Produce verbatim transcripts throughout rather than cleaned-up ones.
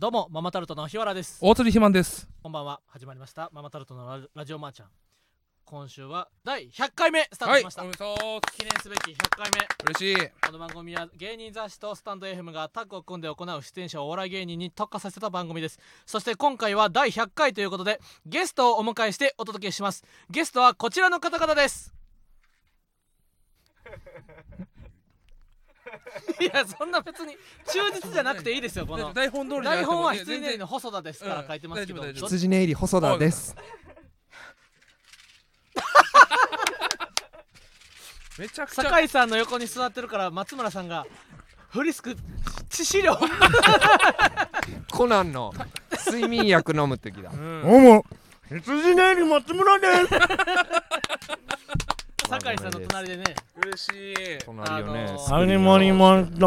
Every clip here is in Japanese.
どうもママタルトの日原です。 大釣りひまんです。 こんばんは。始まりましたママタルトの ラ, ラジオマーちゃん。今週はだいひゃっかいめスタートしました、 はい、おめでとう。 記念すべきひゃっかいめ。 嬉しい。 この番組は芸人雑誌とスタンド エフエム がタッグを組んで行う出演者をお笑い芸人に特化させた番組です。そして今回はだいひゃっかいということでゲストをお迎えしてお届けします。ゲストはこちらの方々です。いや、そんな別に忠実じゃなくていいですよ。この台本通り台本は羊ネイリの細田ですから書いてますけど、 羊ネイリ細田です。 めちゃくちゃ酒井さんの横に座ってるから松村さんがフリスク致死量コナンの睡眠薬飲む時だ。 どうも羊ネイリ松村です。 酒井さんの隣でね、 嬉しい隣よね。 始まりました。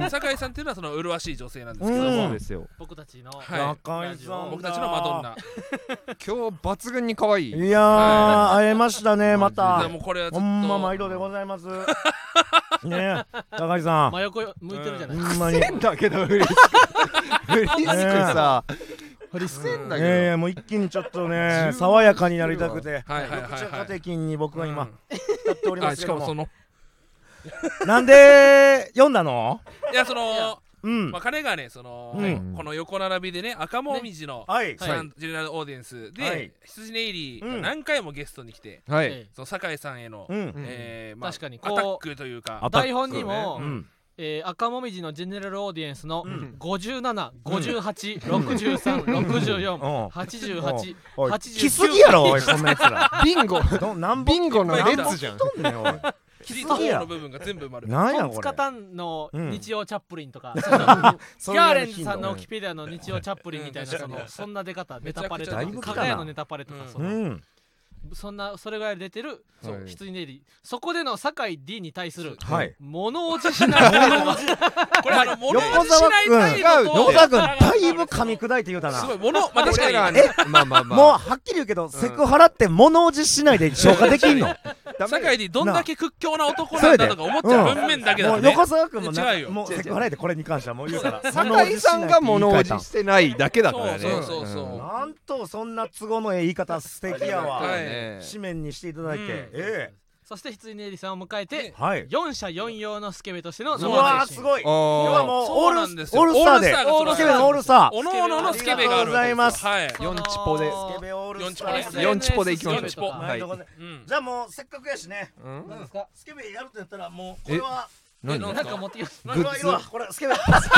酒井さんっていうのはその麗しい女性なんですけども、 そうですよ。 僕たちの酒井さん、 僕たちのマドンナ。 今日抜群に可愛い。 いやー、会えましたね、また。 もうこれはずっとほんま毎度でございます。ねえ、高井さん。 真横向いてるじゃないですか。 ほんまに。 だけどフリスク。フリスクさ。フリスクだけど。 ええ、もう一気にちょっとね、爽やかになりたくて。 はいはいはい。 緑茶カテキンに僕は今やっておりますけども。 しかもその。 なんで読んだの？ いやその。 うん、 まあ彼がねその、 うん、 この横並びでね赤もみじの、ね、 はい、 ジェネラルオーディエンスで、はい、羊ネイリーが何回もゲストに来て、 はい、 その酒井さんへの、 うんえーまあ、 確かにアタックというか台本にも、 ね、うんえー、赤もみじのジェネラルオーディエンスのごじゅうなな、ごじゅうはち、ろくじゅうさん、ろくじゅうよん、はちじゅうはち、はちじゅうきゅう。 来すぎやろおいそんなやつら。 ビンゴビンゴの列じゃん。 キリトーの部分が全部埋まる。 なんやこれ。 トンツカタンの日曜チャップリンとか、ギャーレンズさんのウィキペディアの日曜チャップリンみたいなそのそんな出方、ネタパレとか、かがやのネタパレとか、そのそんなそれぐらい出てる羊ネイリー。そこでの酒井 D に対する物おじしない態度。 これあの物おじしない態度と横澤君だいぶ噛み砕いて言うたな。 すごい物、まあ確かにえ、まあまあまあもうはっきり言うけどセクハラって物おじしないで消化できんの？ 酒井 D どんだけ屈強な男なんだとか思っちゃう文面だけだね。 横澤君ももうセクハラでこれに関してはもう言うから酒井さんが物おじしてないだけだからね。 そうそうそう。 なんとそんな都合のええ言い方素敵やわ。紙面にしていただいて、ええ。 そして羊ネイリさんを迎えてはいよん社よん用のスケベとしてのうわーすごい。今日はもうオールオールスターでオールスケベのオールスター。 おのおののスケベがあるわけです。はい。 よんチポでスケベオールスター。 よんチポでいきましょう。 はい。じゃあもうせっかくやしね。 何ですか？ スケベやるとやったらもうこれはなんか持ってきます。 これはこれスケベ。ね。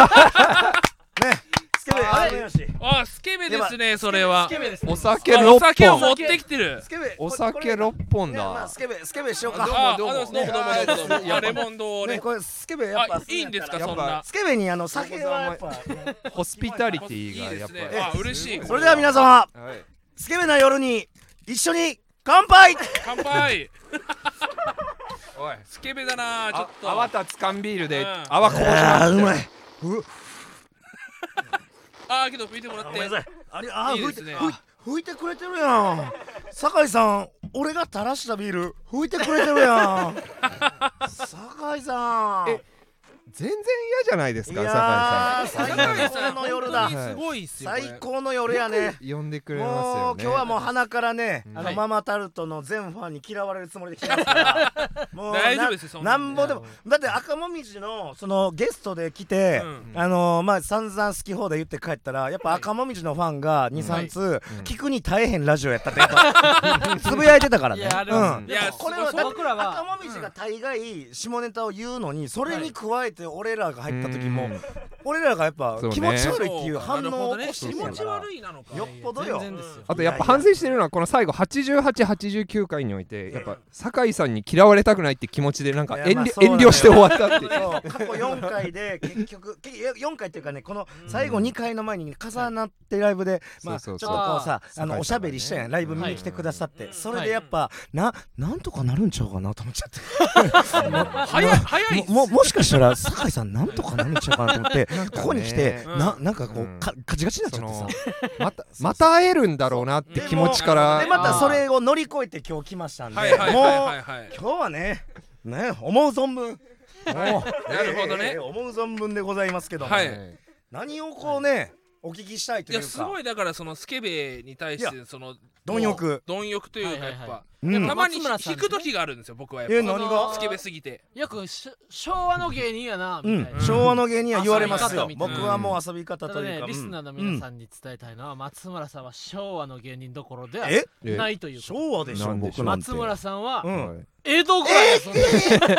スケベあ、スケベですね、それは。 お酒ろっぽん。 を持ってきてる。 お酒ろっぽんだ。 スケベスケベしようか。 あ、どうもどうもどうもどうも。レモンドね。 これスケベやっぱいいんですかそんな。 スケベにあの酒はやっぱホスピタリティがやっぱ。 あ、嬉しい。 それでは皆様、スケベな夜に一緒に乾杯。 乾杯。 おい、 スケベだなちょっと。 泡立つ缶ビールで泡こぼします。 あ、うまい。 あーけど拭いてもらって。 ごめんなさい。あれ、あー拭いて拭いてくれてるやん。酒井さん、俺が垂らしたビール拭いてくれてるやん。酒井さん。 全然嫌じゃないですか、酒井さん。 最高の夜だ。 すごいっすよ。 最高の夜やね。 呼んでくれますよね。 もう今日はもう鼻からね、あのママタルトの全ファンに嫌われるつもりで来ますから。もう大丈夫ですよ。 なんぼでもだって赤もみじのそのゲストで来て、あのまあ散々好き放題言って帰ったらやっぱ赤もみじのファンがにさん通聞くに大変ラジオやったってつぶやいてたからね。 いやこれは赤もみじが大概下ネタを言うのにそれに加えて俺らが入った時も俺らがやっぱ気持ち悪いっていう反応を起こしてるから気持ち悪いなのかよっぽどよ。 あとやっぱ反省してるのはこの最後はちじゅうはち、はちじゅうきゅうかいにおいてやっぱ酒井さんに嫌われたくないって気持ちでなんか遠慮して終わったっていう。 過去よんかいで結局よんかいっていうかねこの最後にかいの前に重なってライブでまあちょっとこうさあのおしゃべりしたやんライブ見に来てくださってそれでやっぱななんとかなるんちゃうかなと思っちゃって早い早いももしかしたら酒井さんなんとかなるんちゃうかなと思ってここに来てななんかこうかガチガチになっちゃってさまたまた会えるんだろうなって気持ちからでまたそれを乗り越えて今日来ましたんでもう今日はねね思う存分なるほどね思う存分でございますけどはい何をこうねお聞きしたいというか。 いやすごいだからそのスケベに対してその貪欲貪欲というかはいはいはいやっぱうんたまに松村さん引く時があるんですよ僕はやっぱえ何がスケベすぎてよくし昭和の芸人やなうんみたいな、 昭和の芸人は言われますよ遊び方みたいな僕はもう遊び方たというかだねリスナーの皆さんに伝えたいのは松村さんは昭和の芸人どころではええないということ。 昭和でしょなんでしょう僕なんて松村さんはうんはい江戸ぐらい遊んでる、 えっとえっ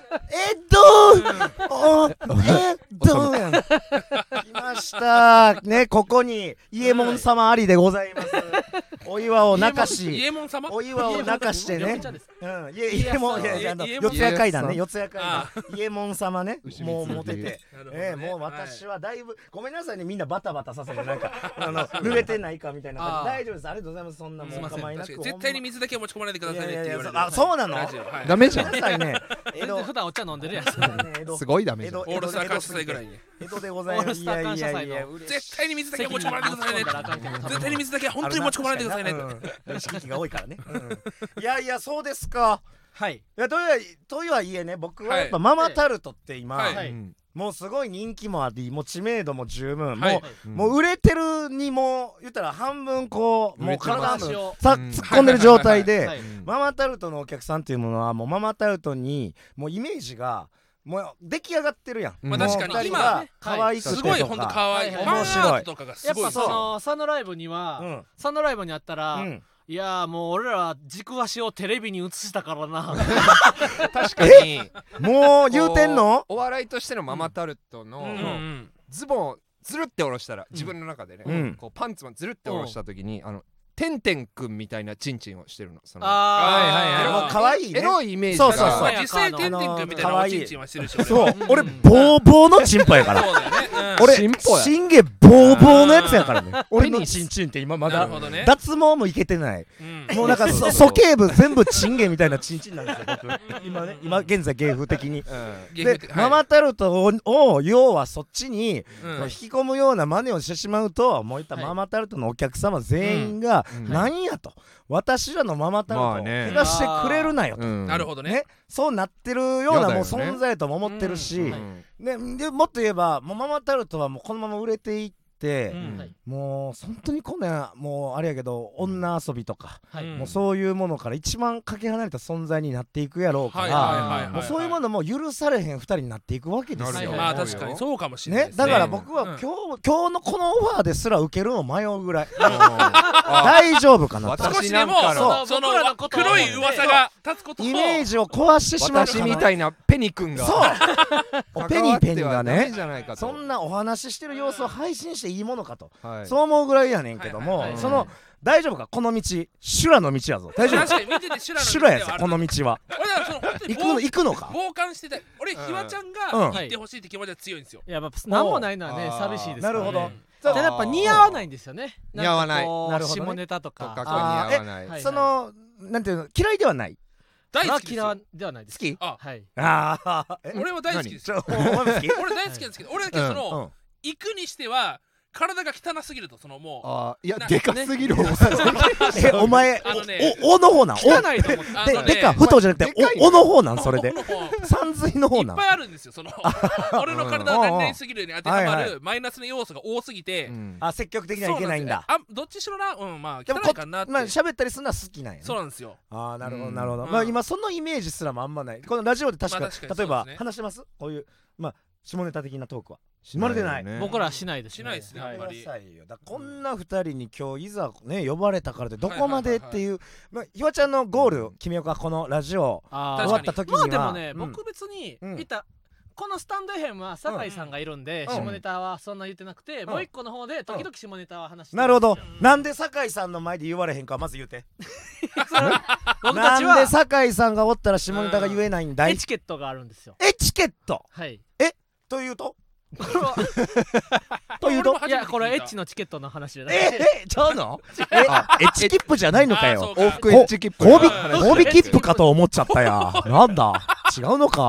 とおえっと来ましたねここに伊右衛門様ありでございますお岩を泣か伊し右衛門様お岩を泣かしてねめっちゃですうんいえ伊右衛門いやいやあの伊右衛門四谷階段ね伊四谷階段あ伊右衛門様ね牛もう光モテてなるほどねええもう私はだいぶごめんなさいねみんなバタバタさせてなんかあの濡れてないかみたいなあー大丈夫ですありがとうございますそんなもうおすいません構いなく確かに絶対に水だけは持ち込まないでくださいねって言われるあそうなのラジオはいダメじゃんごめんなさいね江戸全然普段お茶飲んでるやん江戸すごいダメじゃん江戸オールスター感謝祭ぐらいに江戸でございますいやいやいやいや嬉しい絶対に水だけは持ち込まないでくださいね絶対に水だけは本当に持ち込まないでくださいねうん意識が多いからねうんいやいやそうですかはいいやとはいえとはいえね僕はやっぱはいママタルトって今はいはいうんもうすごい人気もありもう知名度も十分はいもうもう売れてるにも言ったら半分こうもう体半分話をさうん突っ込んでる状態ではいうんママタルトのお客さんっていうものはもうママタルトにもうイメージがもう出来上がってるやん。 まあもう確かに今二人が可愛くてとかすごい本当可愛いはいファンア面白いートとかがすごいやっぱその佐野ライブには、 うん佐野ライブにあったら、 うんいやーもう俺ら軸足をテレビに映したからな確かにもう言うてんのお笑いとしてのママタルトのうんうんズボンをずるって下ろしたら自分の中でね、 うんこうパンツもずるって下ろした時にあのてんてんくんみたいなチンチンをしてるのそのはいはいあーはいもう可愛いねエロいイメージがそうそうそうまあ実際てんてんくんみたいなおちんちんはしてるし俺そうは俺ボーボーのチンポやからそうだよね俺チンポやチンゲボーボーのやつやからね俺のチンチンって今まだなるほどね脱毛もいけてないうんもうなんかそ鼠径部全部チンゲみたいなチンチンなんですよ僕今ね今現在芸風的にうんでゲームってママタルトをを要はそっちにうん引き込むような真似をしてしまうともういったはいママタルトのお客様全員がうんなんやと私らのママタルトをまあね怪我してくれるなよとうんなるほどねねそうなってるようなもう嫌だよね存在とも思ってるしうんうんねでもっと言えばもうママタルトはもうこのまま売れていってうんはいもう本当にこんなもうあれやけど女遊びとかはいうんもうそういうものから一番かけ離れた存在になっていくやろうかはいらはいはいはいもうそういうものも許されへんふたりになっていくわけですよなるよまあ確かにそうかもしれないですねだから僕は今日今日のこのオファーですら受けるのを迷うぐらいあ大丈夫かなと私少しでもなんかその僕らのことを黒い噂が立つことをイメージを壊してしまうか私なみたいなペニ君がそうペニーペニーが関わってはダメねじゃないかとそんなお話ししてる様子を配信していいものかとはいそう思うぐらいやねんけどもはいはいはいその大丈夫かこの道修羅の道やぞ大丈夫確かに見てて修羅の修羅やぞこの道は俺はその本当に行くの行くのか傍観してたい俺うんひわちゃんうんが行ってほしいって気持ちは強いんですよいややっぱ何もないのはねおう寂しいですなるほどねただやっぱ似合わないんですよね似合わないんかこうなるほどね下ネタとかとか似合あーわないはいそのなんていうの嫌いではない大好きですよ嫌いではないです好きあはいああえ俺は大好きですちょお前も好き俺大好きなんですけど俺だけそのうん行くにしては体が汚すぎるとそのもあーいやなでかすぎるえお前あのねおおおの方なんお汚いと思ってあのねででか太じゃなくてでかいおおの方なんそれでもう三髄の方なんいっぱいあるんですよその俺の体が何々すぎるに当てはまはいはるマイナスの要素が多すぎてうんあ積極的にはいけないんだそうなんですよあどっちしろなうんまあ汚でもこいかなってまあ喋ったりするのは好きなんやねそうなんですよああなるほどうんなるほどうんまあ今そのイメージすらもあんまないこのラジオで確かまあ確かに例えばそうですね話してますこういうまあ下ネタ的なトークはまるでないね僕らはしないですしないですねはいあんまりくださいよだからこんなふたりに今日いざね呼ばれたからでどこまでっていうまあひわちゃんのゴールを決めようかこのラジオあー終わった時にはまあでもね、 うん僕別にうんいたこのスタンド エフエムは酒井さんがいるんで、 うん下ネタはそんな言ってなくて、 んもう一個の方で時々下ネタは話してなるほどんですよなんで酒井さんの前で言われへんかまず言うて僕たちなんでは酒井さんがおったら下ネタが言えないんだいエチケットがあるんですよエチケットはいというとこれはというと俺もいやこれはエッチののチケットの話じゃなえいえちゃうのえエッチ切符じゃないのかよ往復エッジ切符交尾うん交尾切符かと思っちゃったやなんだ違うのか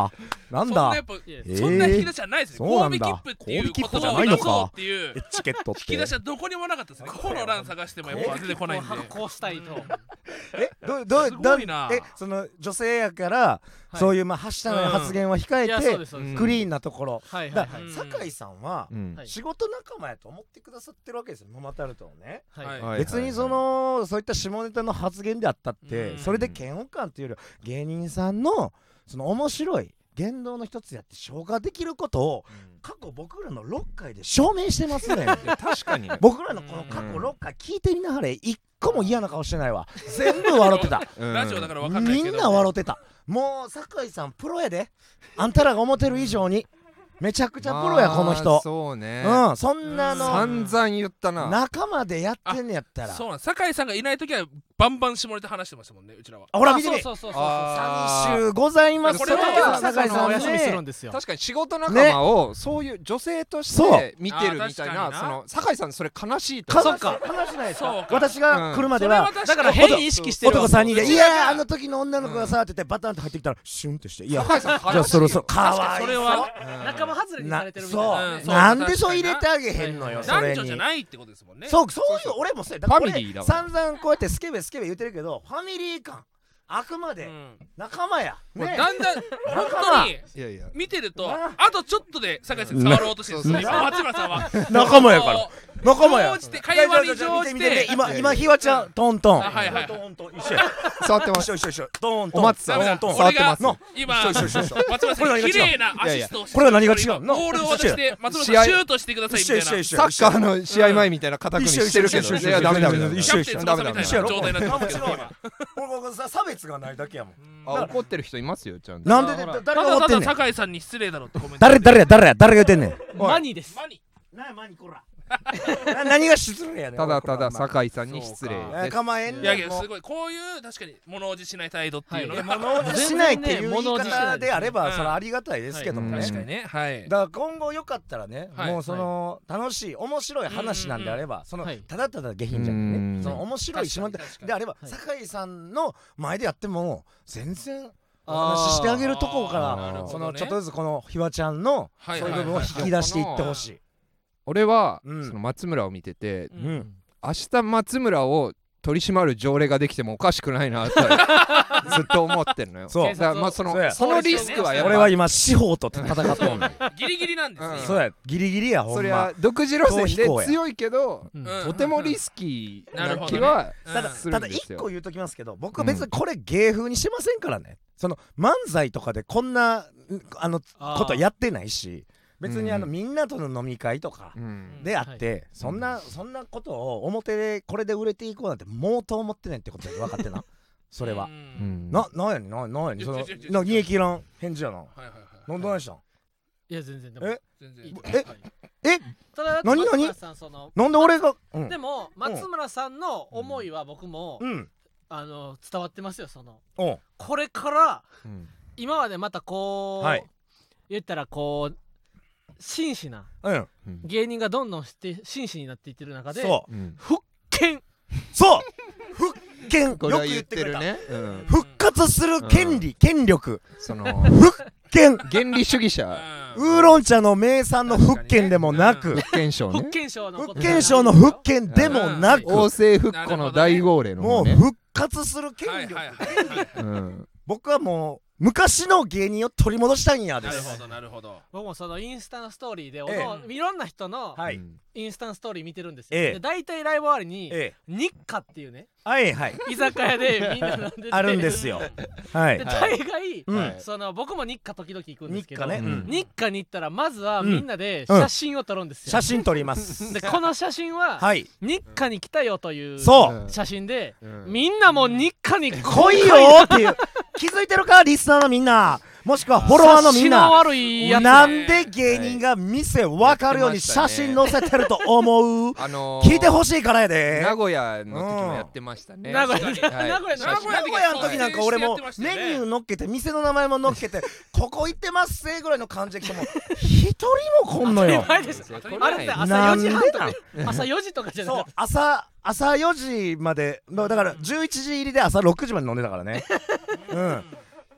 なんだそんなやっぱえーそんな引き出しはないですね。 そうなんだ神戸切符っていう言神戸切符じゃ葉をないのか出そうっていうえチケットって引き出しはどこにもなかったですね。この欄探してもやっぱ出てこないんで。 発行したいとえどどすごいなどえその女性やから、 はいそういうまあはしたない発言は控えいやそうて、 ですそうですうんクリーンなところ、だはいはいはいうん酒井さんは、 うんはい仕事仲間やと思ってくださってるわけですよ、ママタルトをね。 はいはいはい別にそのそういった下ネタの発言であったって、 うんそれで嫌悪感っていうよりは芸人さんのその面白い言動の一つやって消化できることを過去僕らのろっかいで証明してますね。 いや確かにね僕らのこの過去ろっかい聞いてみなはれ、一個も嫌な顔してないわ。全部笑ってた。 うんラジオだからわかんないけど。 みんな笑ってた。もう酒井さんプロやで、あんたらが思ってる以上にめちゃくちゃプロや、 まあこの人。 そうねうん、そんなの散々言ったな仲間でやってんねやったら。 そうなん酒井さんがいない時はバンバン下ネタ話してましたもんね、うちらは。 あほら見てみ、 そうそうそうそうあー寂しゅうございます。 これはそれは酒井さん酒井さんお休みするねんですよ確かに仕事仲間をそういう女性としそうて見てるみたいあー確かにななその酒井さんそれ悲しいとか思うそっか話ないですかそうか私が来るまでは、 だから変に意識してる男さんにんで「いうちらがやーあの時の女の子がさ」って言ってバタンと入ってきたらシュンってして「いや酒井さんじゃあそろそろかわい確かにそれは仲間外れにさなれてるみたいそう、 なねうんそうなんでそう入れてあげへんのよ、 はいそれに男女じゃないってことですもんね。 そうそういう俺もそうやだからファミリーだから俺散々こうやってスケベスケベ言ってるけどファミリー感あくまでうん仲間やねもうだんだん本当にいやいや見てるとなあとちょっとで酒井さん触ろうとしてるんですよ。 そう今松村さんは仲間やからこう仲間や乗じて会話に乗じ見て見て見てて今今ひわちゃんトントンあはいはいトントン一緒や触ってます一緒一緒一緒トントンお松さんダメだトントン触ってますの今一緒一緒一緒松村さんに綺麗なアシストをしてこれは何が違うのボールを渡して松村試合さんシュートしてくださいみたいな一緒一緒一緒サッカーの試合前みたいな固くにしてるけど一緒一緒いやダメダメダメ一緒キャプテン翼みたいな一緒やろ状態になってますけどもちろん今これさ差別がないだけやもんあ怒ってる人いますよちゃんとなんでだほら誰が思ってんねんただただ酒井さんに失礼だろってコメント誰誰や誰や誰が言ってんねんマニですマニなやマニコラな何が失礼やねんただただ井酒井さんに失礼そうです構えんいやねんもういやすごいこういう確かに物おじしない態度っていうのいやが物おじしないっていう言い物おじしない方であればうんそれはありがたいですけどもねはい確かにねはいだから今後よかったらねはいもうその楽しい面白い話なんであればそのはいただただ下品じゃなくてうんねその面白い下ネタ確かにであればはい酒井さんの前でやっても全然お話ししてあげるとこかあーらそのちょっとずつこのひわちゃんのそうはいいう部分を引き出していってほしい俺はうんその松村を見ててううんん明日松村を取り締まる条例ができてもおかしくないなってずっと思ってんのよそうだからまあそそうやのそのリスクはやっぱ俺は今司法と戦っとんねんギリギリなんですねうんそうやギリギリやほんまそれは独自路線で強いけどうんうんとてもリスキーななるほどね気はうんただするただんですよ一個言うときますけど僕は別にこれ芸風にしてませんからねその漫才とかでこんなあのあーことやってないし別にあのうんみんなとの飲み会とかうんであってそんなそんなことを表でこれで売れていこうなんてもうと思ってないってことで分かってなそれはうんうんななんやねんななんやねんそのいやいやいやいやな煮え切らん返事やなはいはいはいなんどないしたんいや全然でもえ全然えはいえただ何何松村さんそのなんで俺がうんでも松村さんの思いは僕もうんあの伝わってますよそのおうこれからうん今までまたこう、 はい言ったらこう真摯なうんうん芸人がどんどんして真摯になっていってる中でそううん復権そう復権よくこれは言っくれた言っててるねうん復活する権利権力その復権原理主義者ウーロン茶の名産の復権でもなく復権賞ね復権賞のこと復権賞の復権でもなく王政復古の大号令の方ねもう復活する権力はいはいはいはいうん僕はもう昔の芸人を取り戻したいんやですなるほどなるほど僕もそのインスタのストーリーで、おえのいろんな人のはいうんインスタのストーリー見てるんですよ、 ええで大体ライブ終わりに、 ええ日課っていうねはいはい居酒屋でみんな飲んでてあるんですよはいではい大概、 うんはいその僕も日課時々行くんですけど、 日課ねうん日課に行ったらまずはうんみんなで写真を撮るんですよ、 写真撮りますでこの写真ははい日課に来たよというそう写真で、 うんみんなも日課に来いよっていう気づいてるかリスナーのみんなもしくはフォロワーのみん察しのな悪いやつなんで芸人が店分かるように写真載せてると思うあのー聞いてほしいからやで名古屋の時もやってましたね名古屋確かはい名古屋の名古屋名古屋の時なんか俺もそうやってメニュー乗っけて店の名前も乗っけてここ行ってますせぐらいの感じで来ても一人も来んのよ当たり前です当たり前あれって朝4 なんで時半とかなん朝よじとかじゃなそうくて朝朝よじまでだからじゅういちじ入りで朝ろくじまで飲んでたからねうん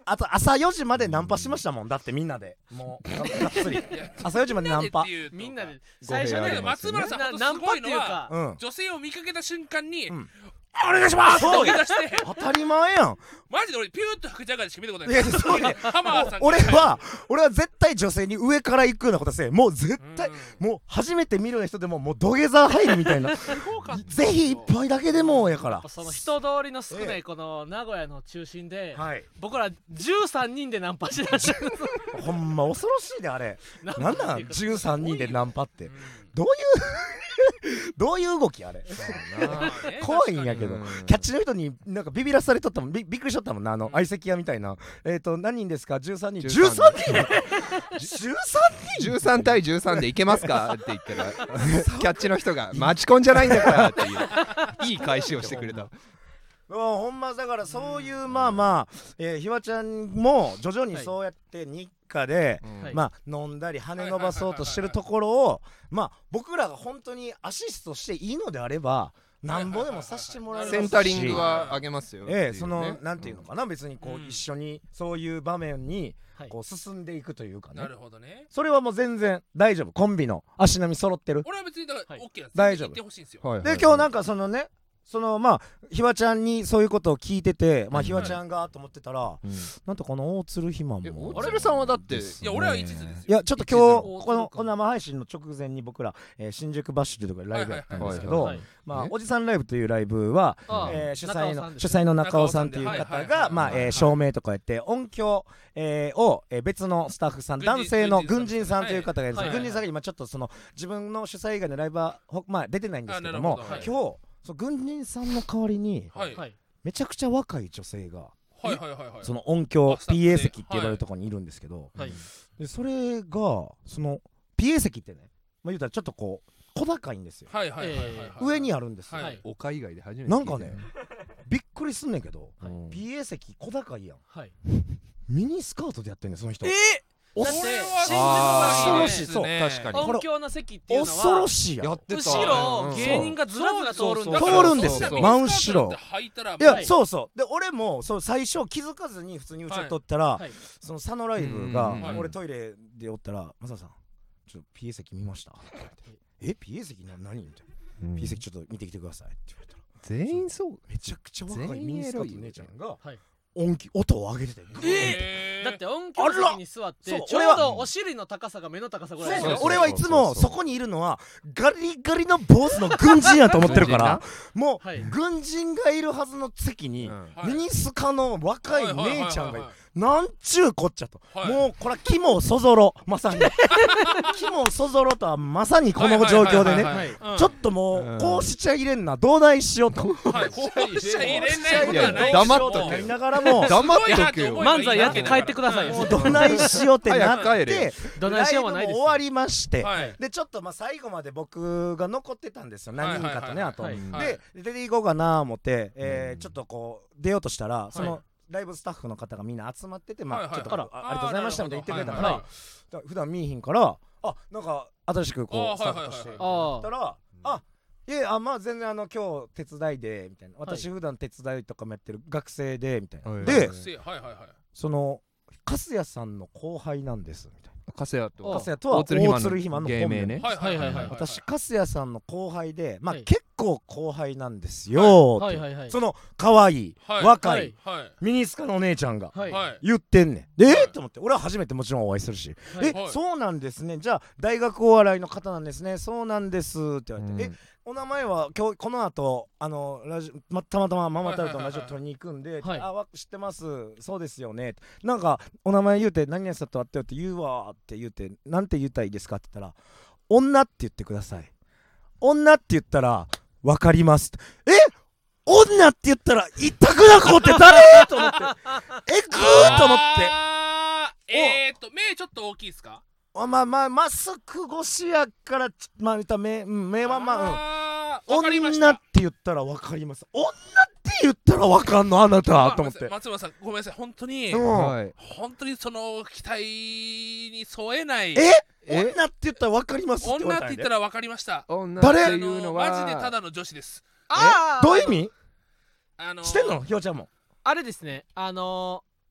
あと朝よじまでナンパしましたもんだってみんなでもうがっつり朝よじまでナンパみんなで最初ね松村さんほんとナンパっすごいのていうかはうん女性を見かけた瞬間にうんお願いしますってそう起き出して当たり前やんマジで俺ピューッと白ジャガーでしか見たこといないやそうねハマーさん俺は俺は絶対女性に上から行くようなことせえもう絶対うんもう初めて見るような人でももう土下座入るみたいなすごかったぜひ一杯だけでもやからその人通りの少ないこの名古屋の中心ではい僕らじゅうさんにんでナンパしてらっしゃるほんま恐ろしいであれなんなんじゅうさんにんでナンパってうんどういうどういう動きあれまあね怖いんやけどうんキャッチの人になんかビビらされとったもんびびっくりしとったもんなあのうん相席屋みたいなえっと何人ですかじゅうさんにんじゅうさんじゅうさんにんじゅうさんじゅうさん対じゅうさんでいけますかって言ったらキャッチの人が待ち込んじゃないんだからっていういい返しをしてくれた。 うんほんまだからそういうまあまあえーひわちゃんも徐々にそうやって日課ではいまあ飲んだり跳ね伸ばそうとしてるところをまあ僕らが本当にアシストしていいのであればなんぼでもさせてもらえますしセンタリングはあげますよっていうね。 ええそのなんていうのかな別にこうんう一緒にそういう場面にはいこう進んでいくというかねなるほどねそれはもう全然大丈夫コンビの足並み揃ってる俺は別にだからはい OK なんです大丈夫言ってほしいんですよはいはいで今日なんかそのねそのまあひわちゃんにそういうことを聞いててまあうんひわちゃんがと思ってたらうんなんとこの大鶴ひまえも大鶴さんはだっていや俺は一途ですよいやちょっと今一途日このこの生配信の直前に僕らえー新宿バッシュというところでライブやったんですけどはいはいまあえおじさんライブというライブはああえー主催の中尾さんです主催の中尾さんという中尾さ方んではいはいはいがまあえー照明とかやって音響えーをえー別のスタッフさん軍人男性の軍軍人さんという方がいるんですはい軍人さんが今ちょっとその自分の主催以外のライブはほまあ出てないんですけどもあなるほどはい今日その軍人さんの代わりにはいはいめちゃくちゃ若い女性がはいはいはいはいその音響あスタッフピーエーで席って呼ばれるところにいるんですけどはいでそれがその ピーエー 席ってねまあ言うたらちょっとこう小高いんですよはいはいはいはいはい上にあるんですよはい丘以外で初めてなんかねびっくりすんねんけどはいピーエー 席小高いやんはいミニスカートでやってんねんその人えおだってこれはあー恐ろしいそう確かに音響の席っていうの恐ろはしいやんやってた後ろうん芸人がずらずら通るんそうだ通るんですよそうそう真後ろ履いたらいや、 はいそうそうで俺もそう最初気づかずに普通に映っとったら、 はいその佐野ライブが、 うんうん俺トイレでおったら「マサさんちょっと ピーエー 席見ました?」って言われて「え ピーエー 席な何?」みたいなうん 「ピーエー 席ちょっと見てきてください」って言われたら全員そうめちゃくちゃ若い全員ミニスカートエロいよの姉ちゃんがはい音機音を上げててえーだって音響席に座ってあらちょうどお尻の高さが目の高さぐらいそうそうそう俺はいつもそこにいるのはガリガリの坊主の軍人やと思ってるからもう、 はい軍人がいるはずの席に、 うんはいミニスカの若い姉ちゃんがいるはなんちゅうこっちゃと、 はいもうこれは肝をそぞろまさに肝をそぞろとはまさにこの状況でねはいはいはいはいうんちょっともう、 うんこうしちゃいれんなどうだいしようとはいこうしちゃ入れないこといやはない黙っとけなりながらも黙っとけよ漫才やって帰ってくださいよもうどないしようってな早ってく帰れどないしようもないですライブも終わりまして、 はいでちょっとまあ最後まで僕が残ってたんですよ何人かとねあと、 はいはいで出ていこうかな思って、えーうんちょっとこう出ようとしたら、そはいのライブスタッフの方がみんな集まってて、まあ、 はいはいちょっとああらありがとうございましたみたいな言ってくれたから、 はいはいだから普段見えひんからあなんか新しくこあーうスタッフとしてはいはいはいやったらあいやあまあ全然あの今日手伝いでみたいな私普段手伝いとかもやってる学生でみたいな、 はいで学生はいはいはいその粕谷さんの後輩なんですみたいカセヤとあな粕谷とは大鶴ひまの芸名ねはいはいはいはい私粕谷さんの後輩でまあ、 はい結構後輩なんですよ、 はいはいはいその可愛い、 はい若い、 はいはいミニスカのお姉ちゃんがはいはい言ってんねんで、 はいえっと思って俺は初めてもちろんお会いするし、 はいえ、 はいそうなんですねじゃあ大学お笑いの方なんですねそうなんですって言われて、えお名前は今日この後あのラジオ、ま、たまたまママタルトのラジオ取りに行くんで、 はいあわ知ってますそうですよねなんかお名前言うて何々さんと会ってよって言うわって言うてなんて言いたいですかって言ったら女って言ってください女って言ったらわかりますえ女って言ったら一択な子って誰と思ってえぐーと思ってあーえーっと目ちょっと大きいですかあまあまあマスク越しやからちまあ言ったら目、うん、目はまあ、 あーうん、 わかりました女って言ったらわかります女って言ったらわかんのあなたあと思って松村さんごめんなさい本当にうんはい本当にその期待に添えないええ女って言ったらわかりますって言わ女っれたんやでて言ったらわかりました女誰っていうのはあのマジでただの女子ですあーどういう意味あのーしてんのひよちゃんもあれですねあのー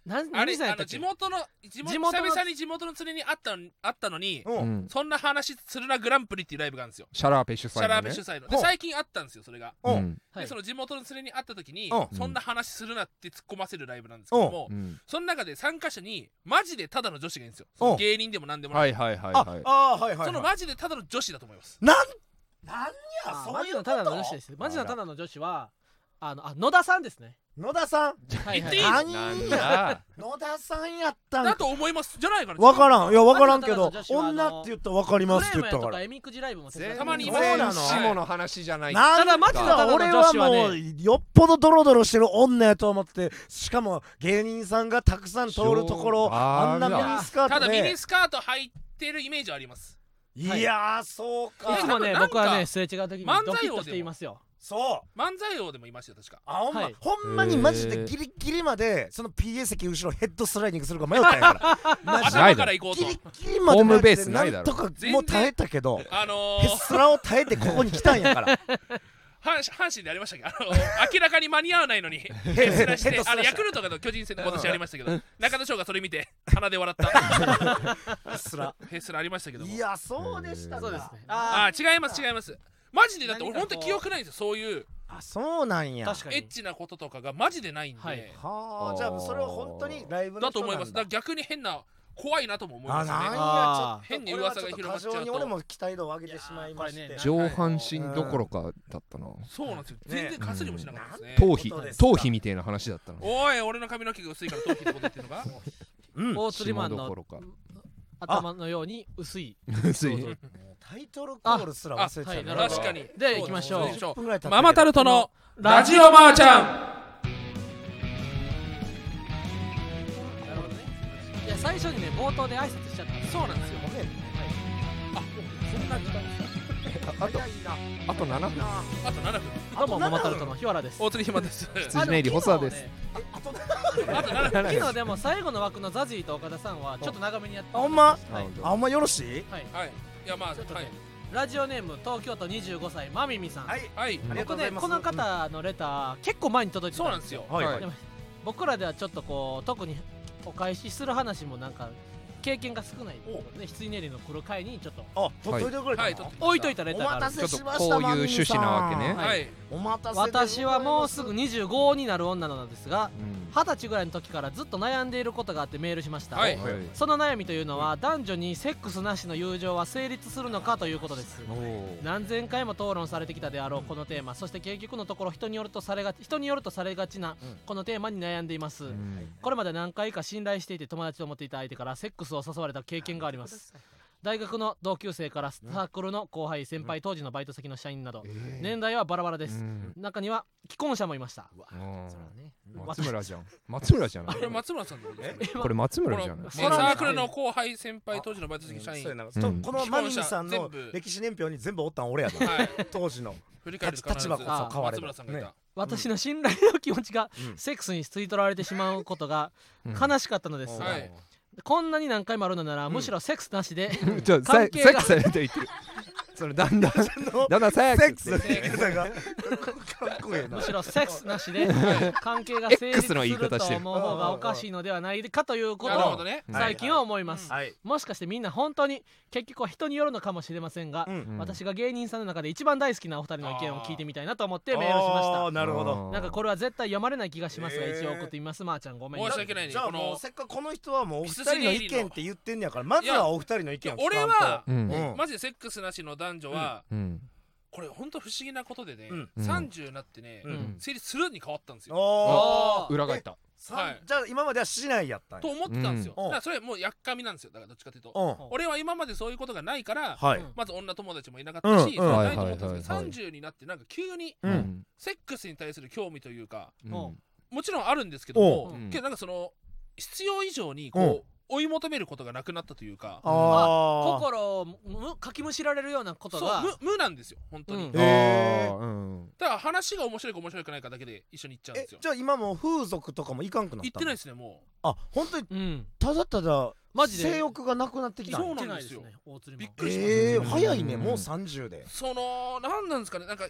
なんあれあの何さんやったっけ地元の地元地元の久々に地元の連れに会ったの会ったのにうんうんそんな話するなグランプリっていうライブがあるんですよ。 シャラーペ主催シャラーペのね主催のでほう最近あったんですよそれが。 うんうんはいでその地元の連れに会った時にうんそんな話するなって突っ込ませるライブなんですけども、 うんその中で参加者にマジでただの女子がいるんですよ。 うんその芸人でもなんでもな。 はいいはいはいあはいあーはいはいはいそのマジでただの女子だと思います。 なんなんやあそういうことマジのただの女子ですマジのただの女子はあのあ野田さんですね野田さんはい言っていい何なんやだ野田さんやったんだかと思いますじゃないかな。 わからんいやわからんけどマジのただの女子はあの女って言ったらわかりますってクレームやと言ったからかえみくじライブも手伝ってたまにそうなの下の話じゃないなんただマジのただの俺女子ははもうねよっぽどドロドロしてる女やと思ってしかも芸人さんがたくさん通るところそうあんなミニスカーたトでだミニスカート履いてるイメージはあります。 いやーそうかいつもねなんか僕はねすれ違う時に漫才王でもドキッとしていますよそう漫才王でもいましたよ確か。 あほんま、 はいほんまにマジでギリギリまでその ピーエー 席後ろヘッドスライディングするか迷ったんやからマジで頭から行こうとギリギリまでホームベースないだろんとかもう耐えたけどあのーヘスラを耐えてここに来たんやから阪阪神でありましたっけあの明らかに間に合わないのにヘヘッスラしてヘッドスラあのヤクルトがの巨人戦で今年ありましたけど中田翔がそれ見て鼻で笑ったヘスラヘッスラありましたけどもいやそうでしたかそうですねああー違います違いますマジでだって俺何かこう本当記憶ないんですよそういうあそうなんや確かにエッチなこととかがマジでないんで、 はいはあじゃあそれは本当にライブのだと人なんだ思いますだから逆に変な怖いなとも思いますねあなんやあちょっと変に噂が広がっちゃうとこれはちょっと過剰に俺も期待度を上げてしまいましいやーこれねて上半身どころかだったなそうなんですよ全然かすりもしなかったですね、 頭皮そうですか頭皮みたいな話だったのおい俺の髪の毛が薄いから頭皮ってこと言ってんのかうん大釣りマンの下どころか頭のように薄い薄いそうそうタイトルコールすら忘れてたねあはい確かにで行きましょうそうでしょじゅっぷんぐらい経ったけどママタルトのラジオオマーちゃんなるほどねいや最初にね冒頭で挨拶しちゃったんですそうなんですよごめんあそんな時間ですかあとあとななふんあとななふんどうもママタルトの日原です大釣り暇です羊ネイリ細田ですあとななふん昨日でも最後の枠のザジーと岡田さんはちょっと長めにやってあほんまはいあほんまよろしいはいはいいやまあちょっとねはいラジオネーム東京都にじゅうごさいまみみさんはいはいありがとう僕ございますねこの方のレター結構前に届いてたそうなんですよはいはいでも僕らではちょっとこう特にお返しする話もなんか経験が少ないということで羊ネイリの来る会にちょっとあ取っといてくれたはいの置いといたレおターがある待たせしまちょっとこういうしたマミミ趣旨なわけねさんはいお待たせでございます私はもうすぐにじゅうごになる女なのですがうん二十歳ぐらいの時からずっと悩んでいることがあってメールしました、 はいはいその悩みというのは男女にセックスなしの友情は成立するのかということですおー何千回も討論されてきたであろうこのテーマそして結局のところ人によるとされが人によるとされがちなうんこのテーマに悩んでいます、 うんこれまで何回か信頼していて友達と思っていた相手からセックスを誘われた経験があります大学の同級生からサークルの後輩先輩当時のバイト先の社員などえー年代はバラバラですうん中には既婚者もいましたうわうんそらね松村じゃん松村じゃないこれ松村さんのことですねこれ松この村じゃないサークルの後輩先輩当時のバイト先社員そうやなうんとこのマミミさんの既婚者全部歴史年表に全部おったん俺やではい当時の振り返ると必ず立場こそ変われば松村さんがいた私の信頼の気持ちがうんセックスに吸い取られてしまうことがうん悲しかったのです、 はいこんなに何回もあるのなら、 うんむしろセックスなしでちょさ関係がセックスされて言ってるそのだんだんだんだんセックスセックスの言い方がかっこええなむしろセックスなしで関係が成立 X の言いすると方してる思う方がおかしいのではないかということをなるほどね最近は思います、 はいもしかしてみんな本当に結局は人によるのかもしれませんが、 うんうん私が芸人さんの中で一番大好きなお二人の意見を聞いてみたいなと思ってメールしましたあーなるほどなんかこれは絶対読まれない気がしますが、 えー一応送ってみますまーちゃんごめんね申し訳ないねじゃあこのもうせっかくこの人はもうお二人の意見って言ってんねやからまずはお二人の意見を聞かんと俺はうんうんマジでセックスなしの男女はうんこれほんと不思議なことでねうんさんじゅうになってねうん成立するに変わったんですよおー裏返ったさはいじゃあ今まではしないやったんやと思ってたんですようんだからそれもうやっかみなんですよだからどっちかというとうん俺は今までそういうことがないからはいうんまず女友達もいなかったしうんそれはないと思ったんですけどはいはいはいはいさんじゅうになってなんか急にうんセックスに対する興味というかうんおもちろんあるんですけどもうんけどなんかその必要以上にこうんう追い求めることがなくなったというかあー心をむかきむしられるようなことがそう無無なんですよ本当にうんだへーあーうんから話が面白いか面白くないかだけで一緒に行っちゃうんですよえじゃあ今もう風俗とかもいかんくなった行ってないですねもあ本当にうんただただマジで性欲がなくなってきたんやそうなんですよ行ってないね大釣りもびっくりしましたえーうん早いねもうさんじゅうでそのなんなんですかねなんか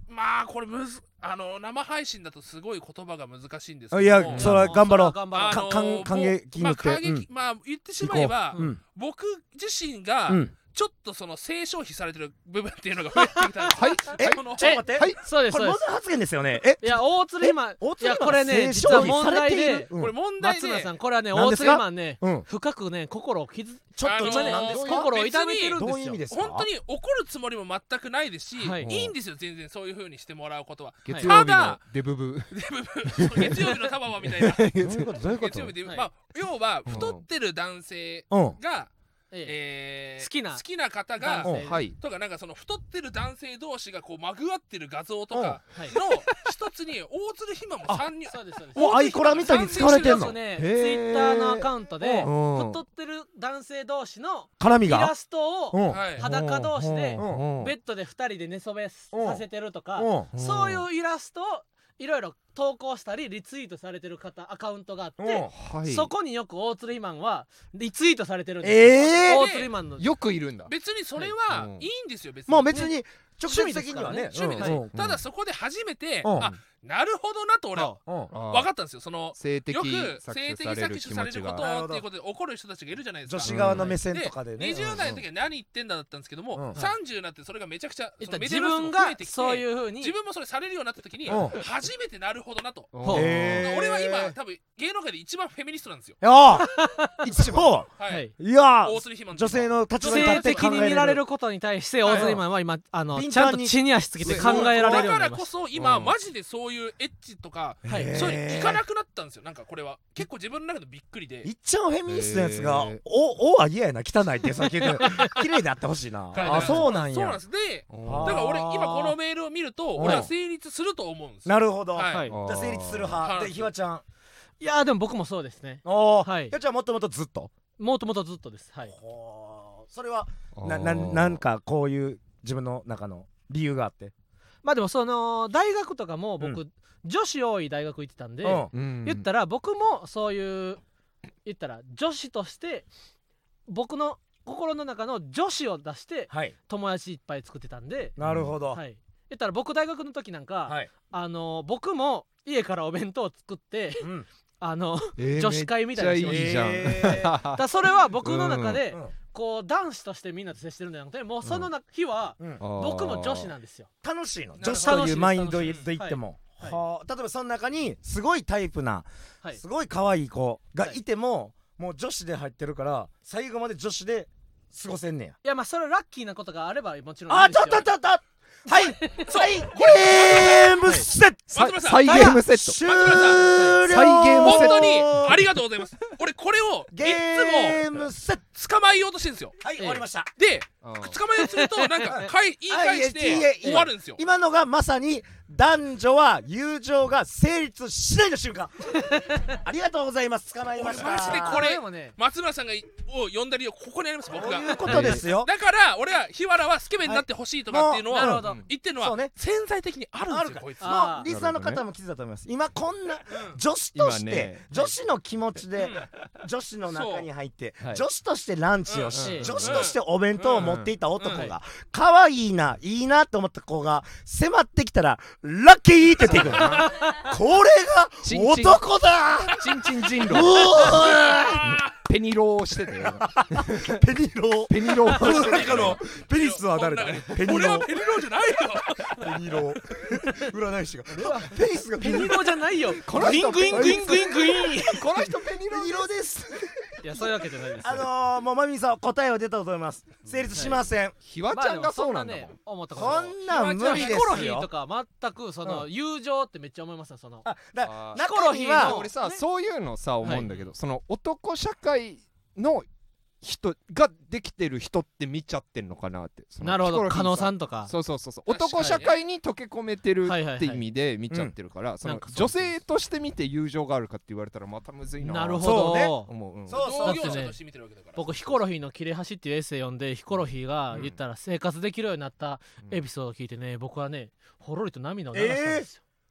まあこれむずあの生配信だとすごい言葉が難しいんですけども、 いやそれは頑張ろう頑張ろうあのか感感激まあにって感激まあ言ってしまえば行こううん僕自身がうんちょっとその性消費されてる部分っていうのが増えてきたんですはいえこのちょっと待ってはいそうですそうですこれ問題発言ですよねえいや大鶴ひまんい大鶴ひまんやこれね性実は問消費され題でているうんこれ問題で松村さんこれはね大何ですか鶴ひまんねうん深くね心を傷ちょっとあのー今ね何ですか心を痛めてるんどですよういう意味ですか本当に怒るつもりも全くないですし、 はいい、いんですよ全然そういう風にしてもらうことは月曜日のただデブブ月曜日のタババみたいなどういうことどういうこと月曜日で、 はいまあ要は太ってる男性うんが、 えええー好きな好きな方が男性はいとかなんかその太ってる男性同士がこうまぐわってる画像とかはいの一つに大鶴ひまも参入そうですそうですおアイコラみたいに使われてんのよくねツイへーッターのアカウントでうん太ってる男性同士の絡みがイラストをうんはい裸同士でうんベッドでふたりで寝そべうんさせてるとかうんそういうイラストをいろいろ投稿したりリツイートされてる方アカウントがあってはいそこによく大鶴ひまんはリツイートされてるんですええ大鶴ひまんのよくいるんだ別にそれははいいんですよ別にまあ別に直接的にはね趣味ですうんうんただそこで初めてうんあなるほどなと俺はうん分かったんですよその性的よく搾性的取される搾取されるこ気持ちがとっていうことで怒る人たちがいるじゃないですか女子側の目線とかでねにじゅう代の時は何言ってんだだったんですけども、 うんさんじゅうになってそれがめちゃくちゃ言ったら自そのメディア露出分がも増えてきてそういう風に自分もそれされるようになった時にうん初めてなるほどなと、 ほうへー俺は今多分芸能界で一番フェミニストなんですよいや一番はい、 はいいや大鶴ひまん女性の立場に立性って考え的に見られることに対して大鶴ひまんは今あの敏ちゃん感にと地に足つけて考えられるようになだからこりますそ今、 うんマジでそういうエッチとか、 はいそういうの行かなくなったんですよなんかこれは結構自分の中でびっくりでいっちゃんフェミニストのやつがへーおおは嫌やな汚いってさっき言ってた綺麗であってほしいなあそうなんそうなんやですであだから俺今このメールを見るとうん俺は成立すると思うんですよなるほどじはいはいゃあ成立する派はいでひわちゃんいやーでも僕もそうですねおおはいひわちゃんもっともっとずっともともとずっとですはいほーそれはーなななんかこういう自分の中の理由があってまあでもその大学とかもう僕女子多い大学行ってたんでうんうん言ったら僕もそういう言ったら女子として僕の心の中の女子を出してはい友達いっぱい作ってたんでなるほどはい言ったら僕大学の時なんかはいあの僕も家からお弁当を作ってうんあのえー女子会みたいなのしましためっちゃいいじゃんえーだからそれは僕の中でうんこう男子としてみんなと接してるんじゃなくてもうそのな日はうん僕も女子なんですよ楽しいのなるほど女子というマインドで楽しいです言ってもはいはあ例えばその中にすごいタイプなはいすごい可愛い子がいてももう女子で入ってるから最後まで女子で過ごせんねやいやまあそれはラッキーなことがあればもちろんいあいですよちょっとちょっとはいはいゲームセットさ松村さん再ゲームセット終松村了再ゲームセット本当にありがとうございます俺これをいゲつームセットも捕まえようとしてるんですよはい終わりましたでうん捕まえようとするとなんかかい言い返しあいえいえいてえ終わるんですよ今のがまさに男女は友情が成立しないの瞬間ありがとうございます捕まえました俺マジでこれでもね松村さんがを呼んだ理由ここにあります僕がこういうことですよだから俺は日原はスケベになってほしいとかっていうのはなるほど言ってるのはそうね潜在的にあるんあるかですよこいつもあうリスナーの方も気づいたと思います今こんな女子として、 今ね女子の気持ちで女子の中に入って、 はい女子としてランチをし、 うん女子としてお弁当を持っていた男うんが可愛いないいなと思った子が迫ってきたらラッキーって言っていくのこれが男だチンチン人う狼おペニローをしてたよーペニローペニローこの中のペニスは誰だペニロー俺はペニローじゃないよペニロー占い師がペニスがペニローペニロじゃないよこの人グイングイングイングイングインこの人ペニロペニローですいやそういうわけじゃないですよあのー、もうマミーさん答えは出たと思います成立しません、 ひわちゃんがそうなんだもんまあでもそんなね思ったことこないんなん無理ですヒコロヒーよとか全くその友情ってめっちゃ思いますよそのあだあー中にはヒ俺さそういうのさ思うんだけどその男社会の人ができてる人って見ちゃってんのかなってそのなるほどヒコロヒー加納さんとかそうそうそうそう確かに男社会に溶け込めてるはいはいはいって意味で見ちゃってるからそのなんかそう女性として見て友情があるかって言われたらまたむずいななるほそうねど思う、うん、 そうそう同業者として見てるわけだから僕ヒコロヒーの切れ端っていうエッセイ読んでヒコロヒーが言ったら生活できるようになったエピソードを聞いてね僕はねほろりと涙を流したんですよ、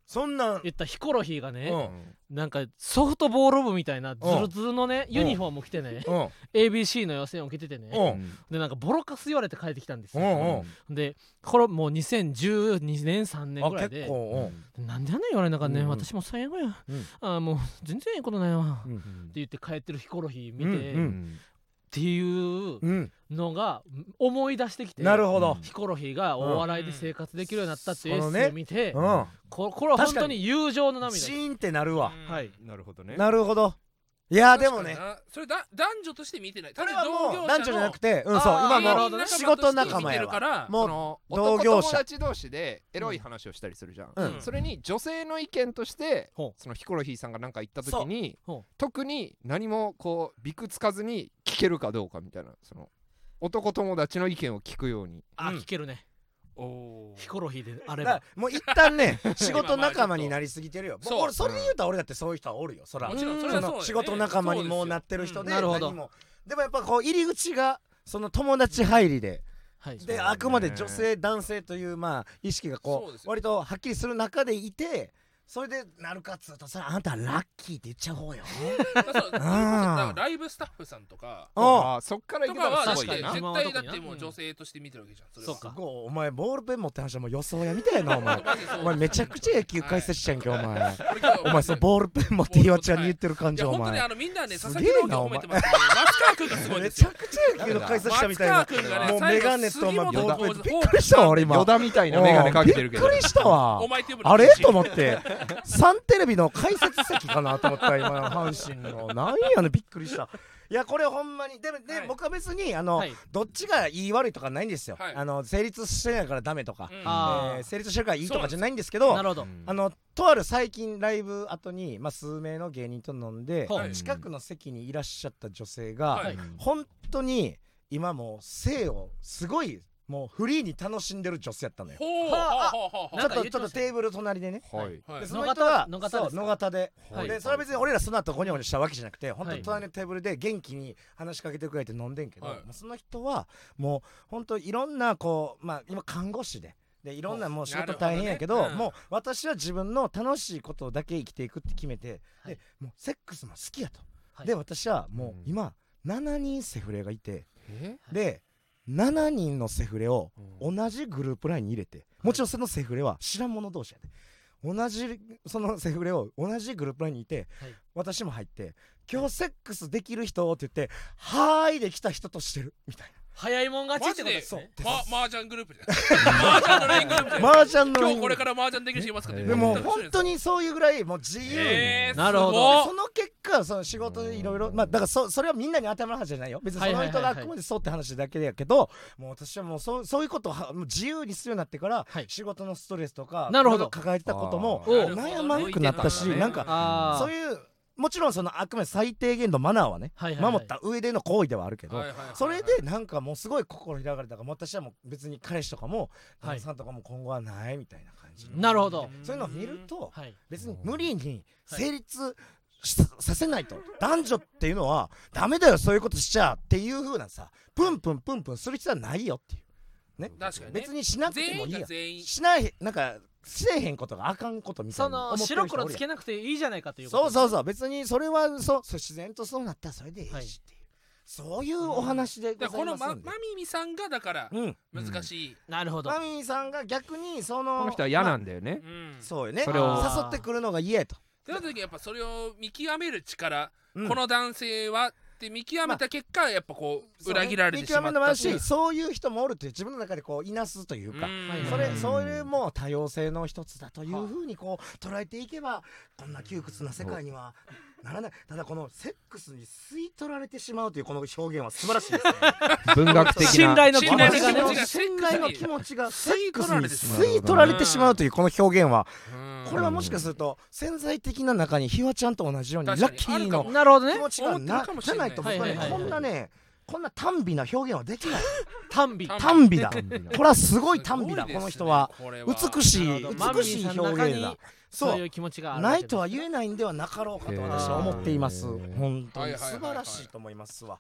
そんなん言ったヒコロヒーがね、 うんなんかソフトボール部みたいなズルズルのねユニフォーム着てね、 うんエービーシー の予選を受けててね、 うんでなんかボロカス言われて帰ってきたんですよ、 うんうんでこれもうにせんじゅうにねんさんねんあぐらいで結構なんでやねん言われなかったね、 うんうん私も最後や、 うんあーもう全然いいことないわ、 うんって言って帰ってるヒコロヒー見て、 うんうっんていううんのが思い出してきて、 なるほどヒコロヒーがお笑いで生活できるようになったっていうエッうんそのねセイを見て、 うんここれは本当に友情の涙シーンってなるわはいなるほどね。 なるほどいやでもね確かになそれだ男女として見てないこれは単に同業者のもう男女じゃなくてうんそうあー今なるほどねもう仕事仲間や見てるからわもそうの同男友業者達同士でエロい話をしたりするじゃん、 うんそれに女性の意見としてほうそのヒコロヒーさんが何か言った時にそうほう特に何もこうびくつかずに聞けるかどうかみたいな、その男友達の意見を聞くように。 あ、 うん聞けるねおーヒコロヒーであればだからもう一旦ね仕事仲間になりすぎてるよそう俺それで言うたら俺だってそういう人はおるよそらもちろんそれそはそうだよねの仕事仲間にもうなってる人でそうですようんなるほど何もでもやっぱこう入り口がその友達入りではいであくまで女性男性というまあ意識がこそうですよう割とはっきりする中でいてそれでなるかっつうとそれあんたはラッキーって言っちゃう方よだからそうだからライブスタッフさんとかうんあーそっから行とかはけたらだって絶すごいな。 対だってもう女性として見てるわけじゃんそれはそうかすごいお前ボールペン持って話はもう予想やみたいなお前マジでそうお前めちゃくちゃ野球解説してんけお前これ今日お前そうボールペン持って岩ちゃんに言ってる感いやじお前本当にあのみんなねす佐げえな 々木朗希褒めてますけど松川君がすごいですよめちゃくちゃ野球の解説したみたいな松川君がねもうメガネとお前ボ最後ールペン杉本びっくりしたわ俺今ヨダみたいなメガネかけてるけどびっくりしたわお前って呼ぶのあれと思ってサンテレビの解説席かなと思った今阪神のなんやねびっくりしたいやこれほんまにでもね、 はい僕は別にあの、 はいどっちがいい悪いとかないんですよ、 はいあの成立してないからダメとか、 うんあーえー成立してるからいいとかじゃないんですけどなるほどあのとある最近ライブ後に、まあ、数名の芸人と飲んで、 はい近くの席にいらっしゃった女性が、 はい本当に今もう性をすごいもうフリーに楽しんでる女性やったのよ。 ほうはあほうほうほうちょっとなんか言ってましたちょっとテーブル隣でね。 はいはいでその人は野方野方ですかそう野方で、 はいでそれは別に俺らその後ゴニョゴニョしたわけじゃなくて本当はいに隣のテーブルで元気に話しかけてくれて飲んでんけど、 はいもうその人はもう本当いろんなこうまあ今看護師で。でいろんなもう仕事大変やけどなるほどねうんもう私は自分の楽しいことだけ生きていくって決めて、 はいでもうセックスも好きやと、 はいで私はもううん今しちにんセフレがいてえでしちにんのセフレを同じグループラインに入れて、もちろんそのセフレは知らん者同士やで同じそのセフレを同じグループラインにいて、 はい私も入って今日セックスできる人って言ってはーいで来た人としてるみたい早いもん勝ちってことですマねジでま麻雀グループじゃない麻雀のライングループじゃなない麻雀の今日これから麻雀できる人いますかねえーでも楽しみです本当にそういうぐらいもう自由に、 えーなるほどすその結果その仕事でいろいろまあだからそそれはみんなに当てはまる話じゃないよ別にその人があくまでそうって話だけやけどもう私はもうそうそういうことをはもう自由にするようになってから、 はい仕事のストレスとかなるほどいろいろ抱えてたこともあー悩まんくなったし、 なるほどねなんかあそういうもちろんそのあくまで最低限度マナーはね、 はいはいはい守った上での行為ではあるけど、 はいはいはいはいそれでなんかもうすごい心開かれたから私はもう別に彼氏とかもはい旦那さんとかも今後はないみたいな感じ、 なるほどそういうのを見るとはい別に無理に成立しさせないと男女っていうのはダメだよそういうことしちゃっていう風なさプンプンプンプンする必要はないよっていうね確かにね別にしなくて全員もいいやが全員しないなんかせえへんことがあかんことみたいそな思ってる人の白おるやん黒つけなくていいじゃないかということそうそうそう別にそれはそうそう自然とそうなったらそれでいいしっていう、 はいそういうお話でごだからこのまざいますんでまみみさんがだからうん難しいなるほどマミーさんが逆にそのこの人は嫌なまんだよねう、んあそうよねそれを誘ってくるのが嫌やと、 ってなった時やっぱそれを見極める力うんこの男性はって見極めた結果やっぱこうそうね裏切られてしまっ見極めるのもあるたっていうしそういう人もおるっていう自分の中でこういなすというか、 うんそれうんそれも多様性の一つだというふうにこう捉えていけばこんな窮屈な世界にはならない。ただこのセックスに吸い取られてしまうというこの表現は素晴らしいですね。 文学的な信頼の気信持ちがね頼の気持ちが信頼の気持ちがセックスに吸い取られてしまう吸い取られてしまうというこの表現はうんこれはもしかすると潜在的な中にひわちゃんと同じようにラ確かにッキーのなるほどね気持ちが思ってるなかもしれないじゃないと僕はねはいはいはいこんなねこんな短美な表現はできない。 短美短美だ。 短美だこれはすごい短美だすごいですねこの人は。 これ美しいなるほど美しい表現だ。そそういうう気持ちがあるわけですないとは言えないんではなかろうかと私は思っていますへー本当にはいはいはいはい素晴らしいと思いますわ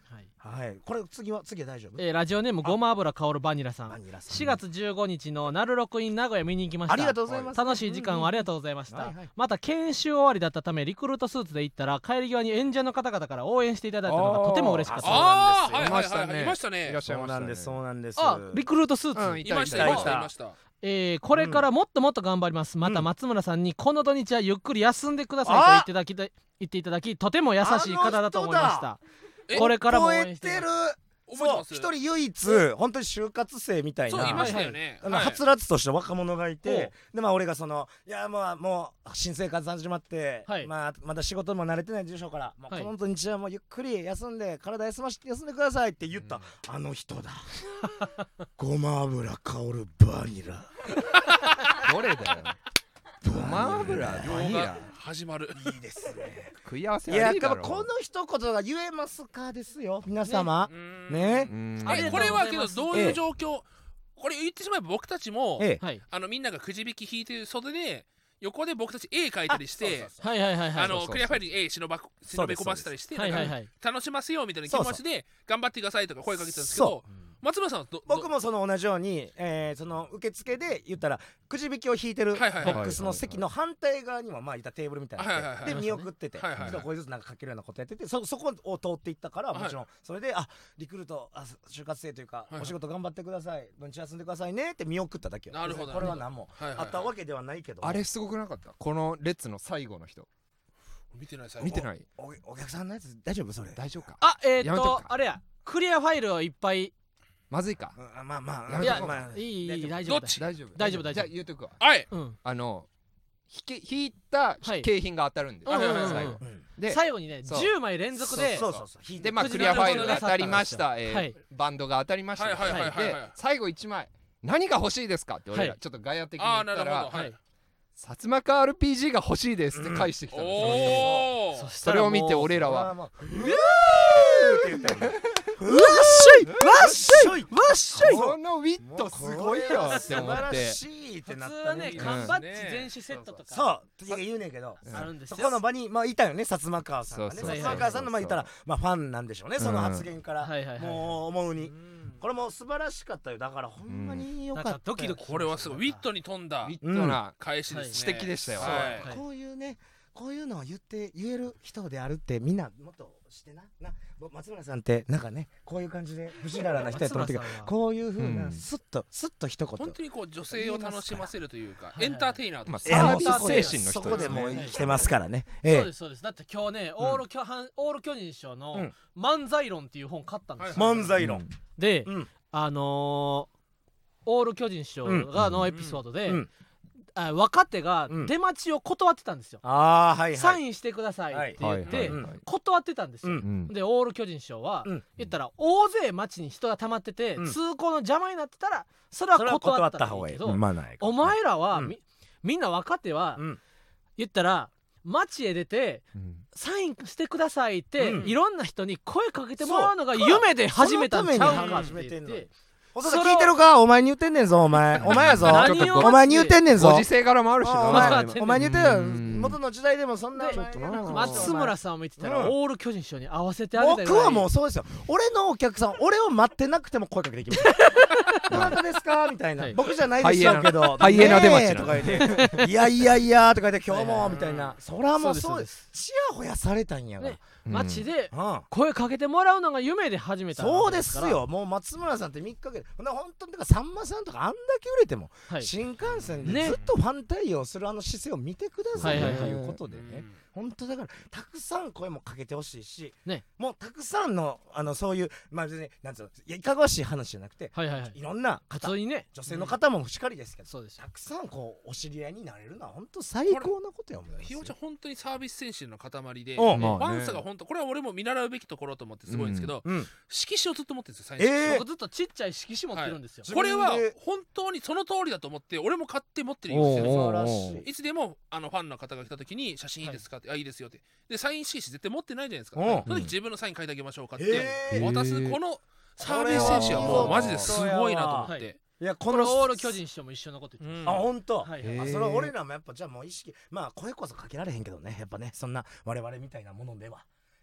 はい、 はい、これ次は次は大丈夫？ えー、ラジオネームごま油香るバニラさん、 バニラさんしがつじゅうごにちのナルロクイン名古屋見に行きました。 ありがとうございます。 楽しい時間をありがとうございました、 はいはい、 また研修終わりだったためリクルートスーツで行ったら帰り際に演者の方々から応援していただいたのがとても嬉しかったです。 ああはいいましたねはいはいいましたね。 いらっしゃいましたね。 そうなんですそうなんです。 あリクルートスーツ、 うん、 いましたいましたいました。 えー、これからもっともっと頑張ります、うん、また松村さんにこの土日はゆっくり休んでくださいと言っていただき言っていただきとても優しい方だと思いました。これからも応援して覚えてる。 覚えてますそう一人唯一本当に就活生みたいな、 そういましたよね、 あの、はい、はつらつとした若者がいて、でまあ俺がそのいやもうもう新生活始まって、はい、まあまだ仕事も慣れてないでしょうから、まあ、この土日はもうゆっくり休んで体休まして休んでくださいって言った、うん、あの人だごま油香るバニラどれだよごま油バニラ始まる。 いいですね。 食い合わせいやこの一言が言えますかですよ皆様ね。 ねえこれはけどどういう状況、これ言ってしまえば僕たちも、ええ、あのみんながくじ引き引いてる袖で横で僕たち絵描いたりしてクリアファイルに絵忍ば忍べ込ませたりして楽しませようみたいな気持ちで頑張ってくださいとか声かけてたんですけど、松村さんは僕もその同じように、えー、その受付で言ったらくじ引きを引いてるボックスの席の反対側にもまあいたテーブルみたいなので見送っててこれずつなんか書けるようなことやってて そ, そこを通っていったからもちろんそれであリクルートあ就活生というかお仕事頑張ってください土日休んでくださいねって見送っただけよ。なるほどこれは何もあったわけではないけどあれすごくなかったこの列の最後の人見てない見てないお, お客さんのやつ大丈夫それ大丈夫かあえー、っとあれやクリアファイルをいっぱいまずいか、 うん、まあまあいや、まあ、いいいい大丈夫どっち大丈夫大丈夫大丈夫じゃあ言うとくわはい、 うん、あの引き引いた景品が当たるんです最後で最後にねじゅうまい連続でそうそうそうでまあクリアファイルが当たりましたバンドが当たりましたで最後いちまい何が欲しいですかって俺らちょっとガヤ的に言ったら薩摩川 アールピージー が欲しいですって返してきたんですよ。それを見て俺らはうわーって言ったよわっしょいわっしょいわっしょいそのウィットすごいよって思って普通はね缶バッジ全種セットとかそう言うねんけどあるんですよそこの場にまあいたよね薩摩川さんがね薩摩川さんのまあ言ったらまあファンなんでしょうねその発言からもう思うにこれも素晴らしかったよだからほんまによかったドキドキこれはすごいウィットに富んだウィットな返しですね指摘でしたよこういうねこういうのを言って言える人であるってみんなもっとしてなな松村さんってなんかねこういう感じで不思議な人やと思ってるこういう風なスッとスッと一言本当にこう女性を楽しませるというかエンターテイナーとかサービス精神の人そこでもう来てますからねそうですそうですだって今日ねオール巨人賞の漫才論っていう本買ったんですよ漫才論であのオール巨人賞がのエピソードで若手が出待ちを断ってたんですよ、うんはいはい、サインしてくださいって言って断ってたんですよ、うん、でオール巨人賞は、うん、言ったら大勢街に人が溜まってて、うん、通行の邪魔になってたらそれは断った方がいいけど、まあ、お前らは、うん、み, みんな若手は、うん、言ったら街へ出て、うん、サインしてくださいって、うん、いろんな人に声かけてもらうのが夢で始めたんちゃうかって言って聞いてるかお前に言ってんねんぞお前お前やぞお前に言ってんねんぞご時世柄もあるしなお前お前に言ってん元の時代でもそんな松村さんも言ってたらオール巨人賞に合わせてあげたい僕はもうそうですよ俺のお客さん俺を待ってなくても声かけていきますどなたですかみたいな僕じゃないでしょうけどハイエナ出待ちとか言っていやいやいやとか言って今日もみたいなそらもうそうですちやほやされたんやが街で声かけてもらうのが夢で始めたそうですよもう松村さんってみっかけほんで本当にだからさんまさんとかあんだけ売れても新幹線でずっとファン対応するあの姿勢を見てくださいということでね本当だからたくさん声もかけてほしいしもうたくさんのあのそういうまあ別になんつうのいかがわしい話じゃなくていろんな方女性の方もしかりですけどたくさんこうお知り合いになれるのは本当最高なことやもんひよちゃん本当にサービス精神の塊でファンサが本当これは俺も見習うべきところと思ってすごいんですけど、うんうん、色紙をずっと持ってるんですよ最初、 えー、僕ずっとちっちゃい色紙持ってるんですよ、 はい、これは本当にその通りだと思って俺も買って持ってるんですよいつでもあのファンの方が来た時に写真いいですかって、はい、あいいですよってでサイン色紙絶対持ってないじゃないですか、うん、その時自分のサイン書いてあげましょうかって、えー、渡すこのサービス精神はもうマジですごいなと思って、はいいやこのオール巨人師匠も一緒のこと言ってます、うん、あ本当、はいはい、あそれは俺らもやっぱじゃあもう意識まあ声こそかけられへんけどねやっぱねそんな我々みたいなものでは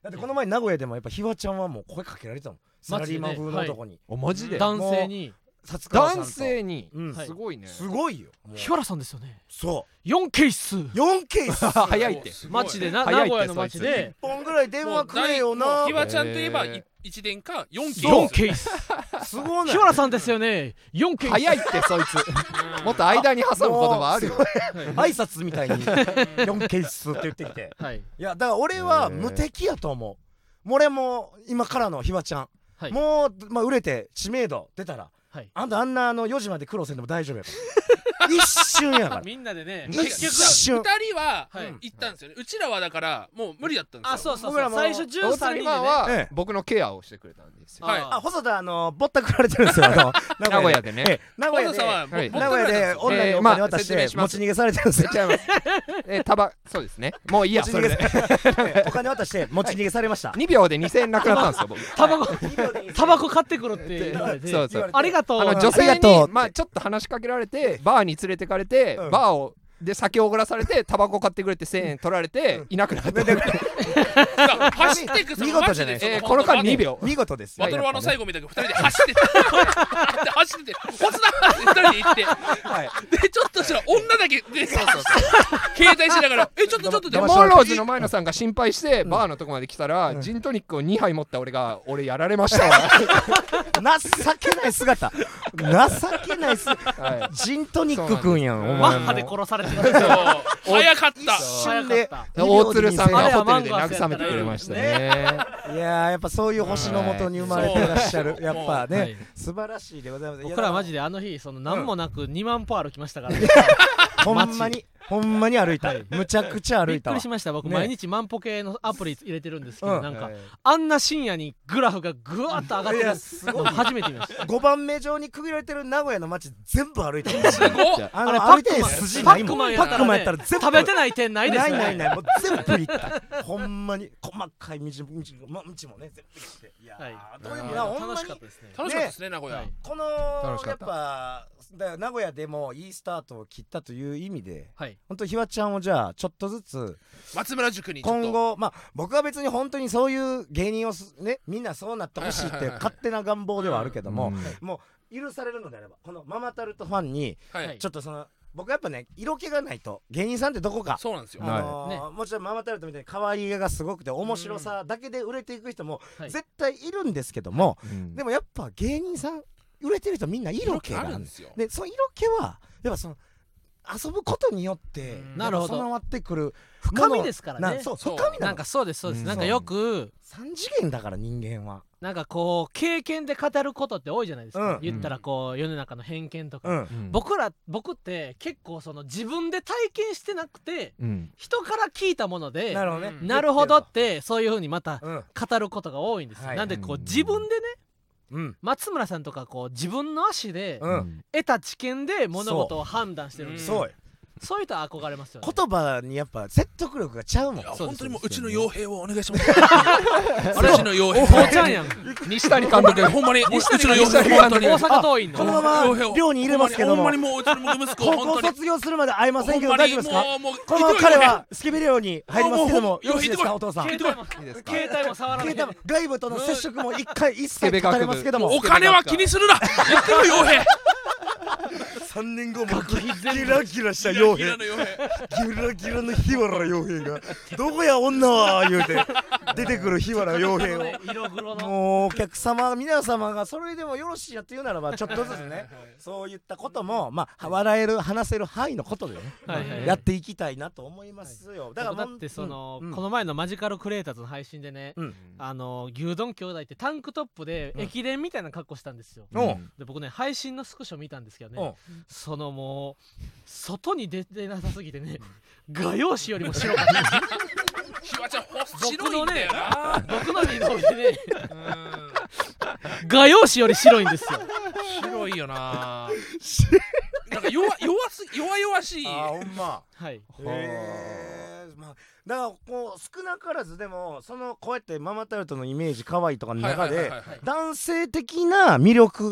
だってこの前名古屋でもやっぱひわちゃんはもう声かけられてたもん、サラリーマン風の男に。 おマジで男性に男性にすごいね。 すごいよ。 日原さんですよね。 そう。 よんケース。 よんケース。 早いって。 街でな名古屋の街でいっぽんぐらい電話くれよな。 ひわちゃんといえば一電かよんケース。 よんケース。 すごいね。 日原さんですよね。よんケース。 早いってそいつ。もっと間に挟む言葉あるよ。 挨拶みたいによんケースって言ってきて。いやだから俺は無敵やと思う。俺も今からのひわちゃん。もうまあ売れて知名度出たら。あんたあんなあのよじまで苦労せんでも大丈夫やから一瞬やからみんなでね結局ふたりは行ったんですよね。うちらはだからもう無理だったんですよ。 あそうそうそう最初じゅうさんにんでねは僕のケアをしてくれたんですよ。 あ細田あのぼったくられてるんですよ名古屋でね。名古屋で名古屋で女にお金渡して持ち逃げされてるんですよ。 えタバそうですね。もういいやそれでお金渡して持ち逃げされました。 にびょうでにせんえんなくなったんですよ僕。 タバコタバコ買ってくるって言われてそうそうありがとう。 あの女性にまあちょっと話しかけられてバーに連れてかれてバーをで酒をおごらされてタバコ買ってくれてせんえん取られていなくなった。 走っていく見事じゃないですか。この間にびょう見事です。 バトルワの最後みたいにふたりで走って走って「ホツだ!」ってふたりで行ってでちょっとしたら女だけで携帯しながら「えちょっとちょっと」 でモンローズの前野さんが心配してバーのとこまで来たらジントニックをにはい持った俺が「俺やられましたわ」 情けない姿情けない姿ジントニックくんやんお前マッハで殺されてる。 早かった瞬で大鶴さんがホテルで慰めてくれましたね。 いややっぱそういう星のもとに生まれてらっしゃるやっぱね素晴らしいでございます。 僕らマジであの日その何もなくにまん歩歩きましたからほんまにほんまに歩いたむちゃくちゃ歩いたわ。 びっくりしました。僕毎日万歩計のアプリ入れてるんですけどなんかあんな深夜にグラフがぐわっと上がってるの初めて見ました。 ごばんめ上に区切られてる名古屋の街全部歩いてる。 すごっ。 あれ歩いて筋ないもん。パックマンやったら全部食べてない店ないですね。 ないないないもう全部行ったほんまに細かい道もね全部行っていやどうでもなほんまに楽しかったですね。 楽しかったですね名古屋。 このやっぱ名古屋でもいいスタートを切ったという意味で本当ひわちゃんをじゃあちょっとずつ松村塾に今後まあ僕は別に本当にそういう芸人をねみんなそうなってほしいって勝手な願望ではあるけどももう許されるのであればこのママタルトファンにちょっとその僕やっぱね色気がないと芸人さんってどこかそうなんですよ。 もちろんママタルトみたいに可愛げがすごくて面白さだけで売れていく人も絶対いるんですけどもでもやっぱ芸人さん売れてる人みんな色気があるんですよ。でその色気はやっぱその遊ぶことによって備わってくる深みですからね。 そう深みなんかそうですそうです。なんかよく三次元だから人間はなんかこう経験で語ることって多いじゃないですか。言ったらこう世の中の偏見とか僕ら僕って結構その自分で体験してなくて人から聞いたものでなるほどってそういう風にまた語ることが多いんですよ。なんでこう自分でねうん、松村さんとかこう自分の足で得た知見で物事を判断してるんですよ。そういう人は憧れますよね。 言葉にやっぱ説得力がちゃうもん。 本当にもううちの傭兵をお願いします。うちの傭兵。 父ちゃんやん。 西谷監督ほんまにうちの傭兵本当に大阪桐蔭のこのまま寮に入れますけども。 ほんまにもううちの息子高校卒業するまで会えませんけど大丈夫ですか。この彼はスケベ寮に入りますけどもよろしいですかお父さん。 携帯も携帯も触らない。 外部との接触も一回一切断れますけども。 お金は気にするな。言ってる傭兵。 さんねんごもギラギラした傭兵ギラギラの日原傭兵がどこや女は言うて出てくる日原傭兵をもうお客様皆様がそれでもよろしいやって言うならばちょっとずつねそういったこともまあ笑える話せる範囲のことでねやっていきたいなと思いますよ。 だからだってそのこの前のマジカルクリエイターズの配信でねあの牛丼兄弟ってタンクトップで駅伝みたいな格好したんですよ。で僕ね配信のスクショ見たんですけどねそのもう外に出てなさすぎてね画用紙よりも白かったひわちゃん白いんだよな。 僕の二の腕ね画用紙より白いんですよ。 白いよな。なんか弱弱す弱々しい。 あほんま。 はい。 へーまあだからこう少なからずでもそのこうやってママタルトのイメージ可愛いとかの中で男性的な魅力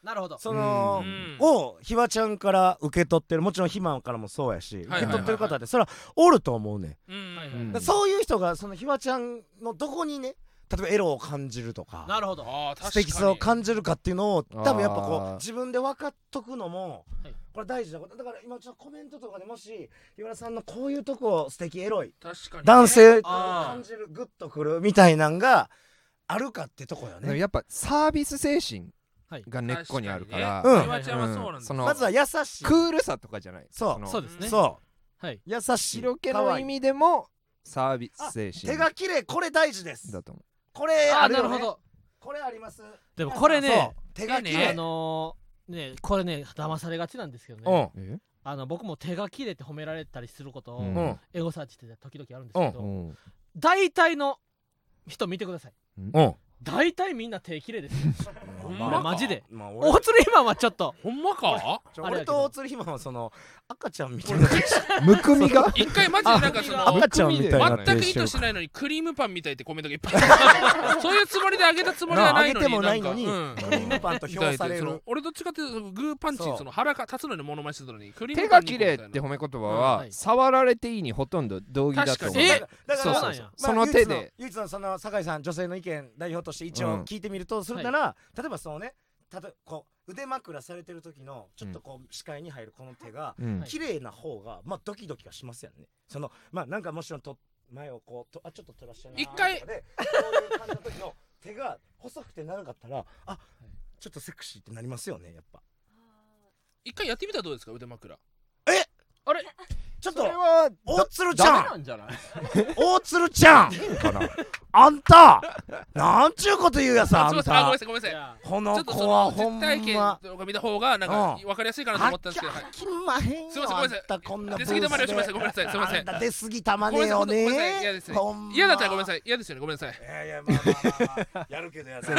なるほど。 そのをひわちゃんから受け取ってる、もちろんひまからもそうやし、受け取ってる方ってそれはおると思うね。そういう人がそのひわちゃんのどこにね、例えばエロを感じるとか、 なるほど、 素敵さを感じるかっていうのを多分やっぱこう自分で分かっとくのもこれ大事なことだから、今ちょっとコメントとかでもし日村さんのこういうとこ素敵エロい、 確かに、ね、 男性を感じるグッとくるみたいなんがあるかってとこよね。 やっぱサービス精神が根っこにあるから、 まずは優しいクールさとかじゃない、 そうそうですね、 そう、はい、優しい色気の意味でもサービス精神、 手が綺麗、これ大事ですだと思う。 これあるよね。 なるほど、 これあります。 でもこれね、 手が綺麗、 あのね、これね騙されがちなんですけどね、あの僕も手が綺麗って褒められたりすることをエゴサーチって時々あるんですけど、大体の人見てください。大体みんな手綺麗ですよ。マジで。大鶴ひまんはちょっと。 ほんまか？ 俺と大鶴ひまんはその赤ちゃんみたいなむくみが一回マジでなんかその赤ちゃんみたいな全く意図してないのにクリームパンみたいってコメントがいっぱいある。そういうつもりであげたつもりはないのに、 あげてもないのにクリームパンと評される。 俺どっちかっていうとグーパンチその腹が立つのにモノマネしてたのに、クリームパン手が綺麗って褒め言葉は触られていいにほとんど同義だと思う。 え、だからその手で唯一のその酒井さん女性の意見代表として一応聞いてみるとするなら、例えばそのね、例えばこう腕枕されてる時のちょっとこう視界に入るこの手が綺麗な方がまあドキドキはしますよね。そのまあなんかもちろんと前をこうとあちょっと照らして一回そういう感じの時の手が細くて長かったらあちょっとセクシーってなりますよね、やっぱ。 一回やってみたらどうですか、腕枕。 え、 あれちょっと大鶴ちゃん大鶴ちゃんあんたなんちゅうこと言うやさ、あんた。 ごめんなさいごめんなさい。 この子はほんま実体験とか見た方がなんか分かりやすいかなと思ったんですけど、 飽きまへんよ。 すいませんごめんなさい。 こんな出過ぎたまねをしました。ごめんなさい。すいません。 出過ぎたまねよね。 ごめんなさい。嫌ですね。嫌だったらごめんなさい。嫌ですよね。ごめんなさい。 いやいやまあまあやるけどやる。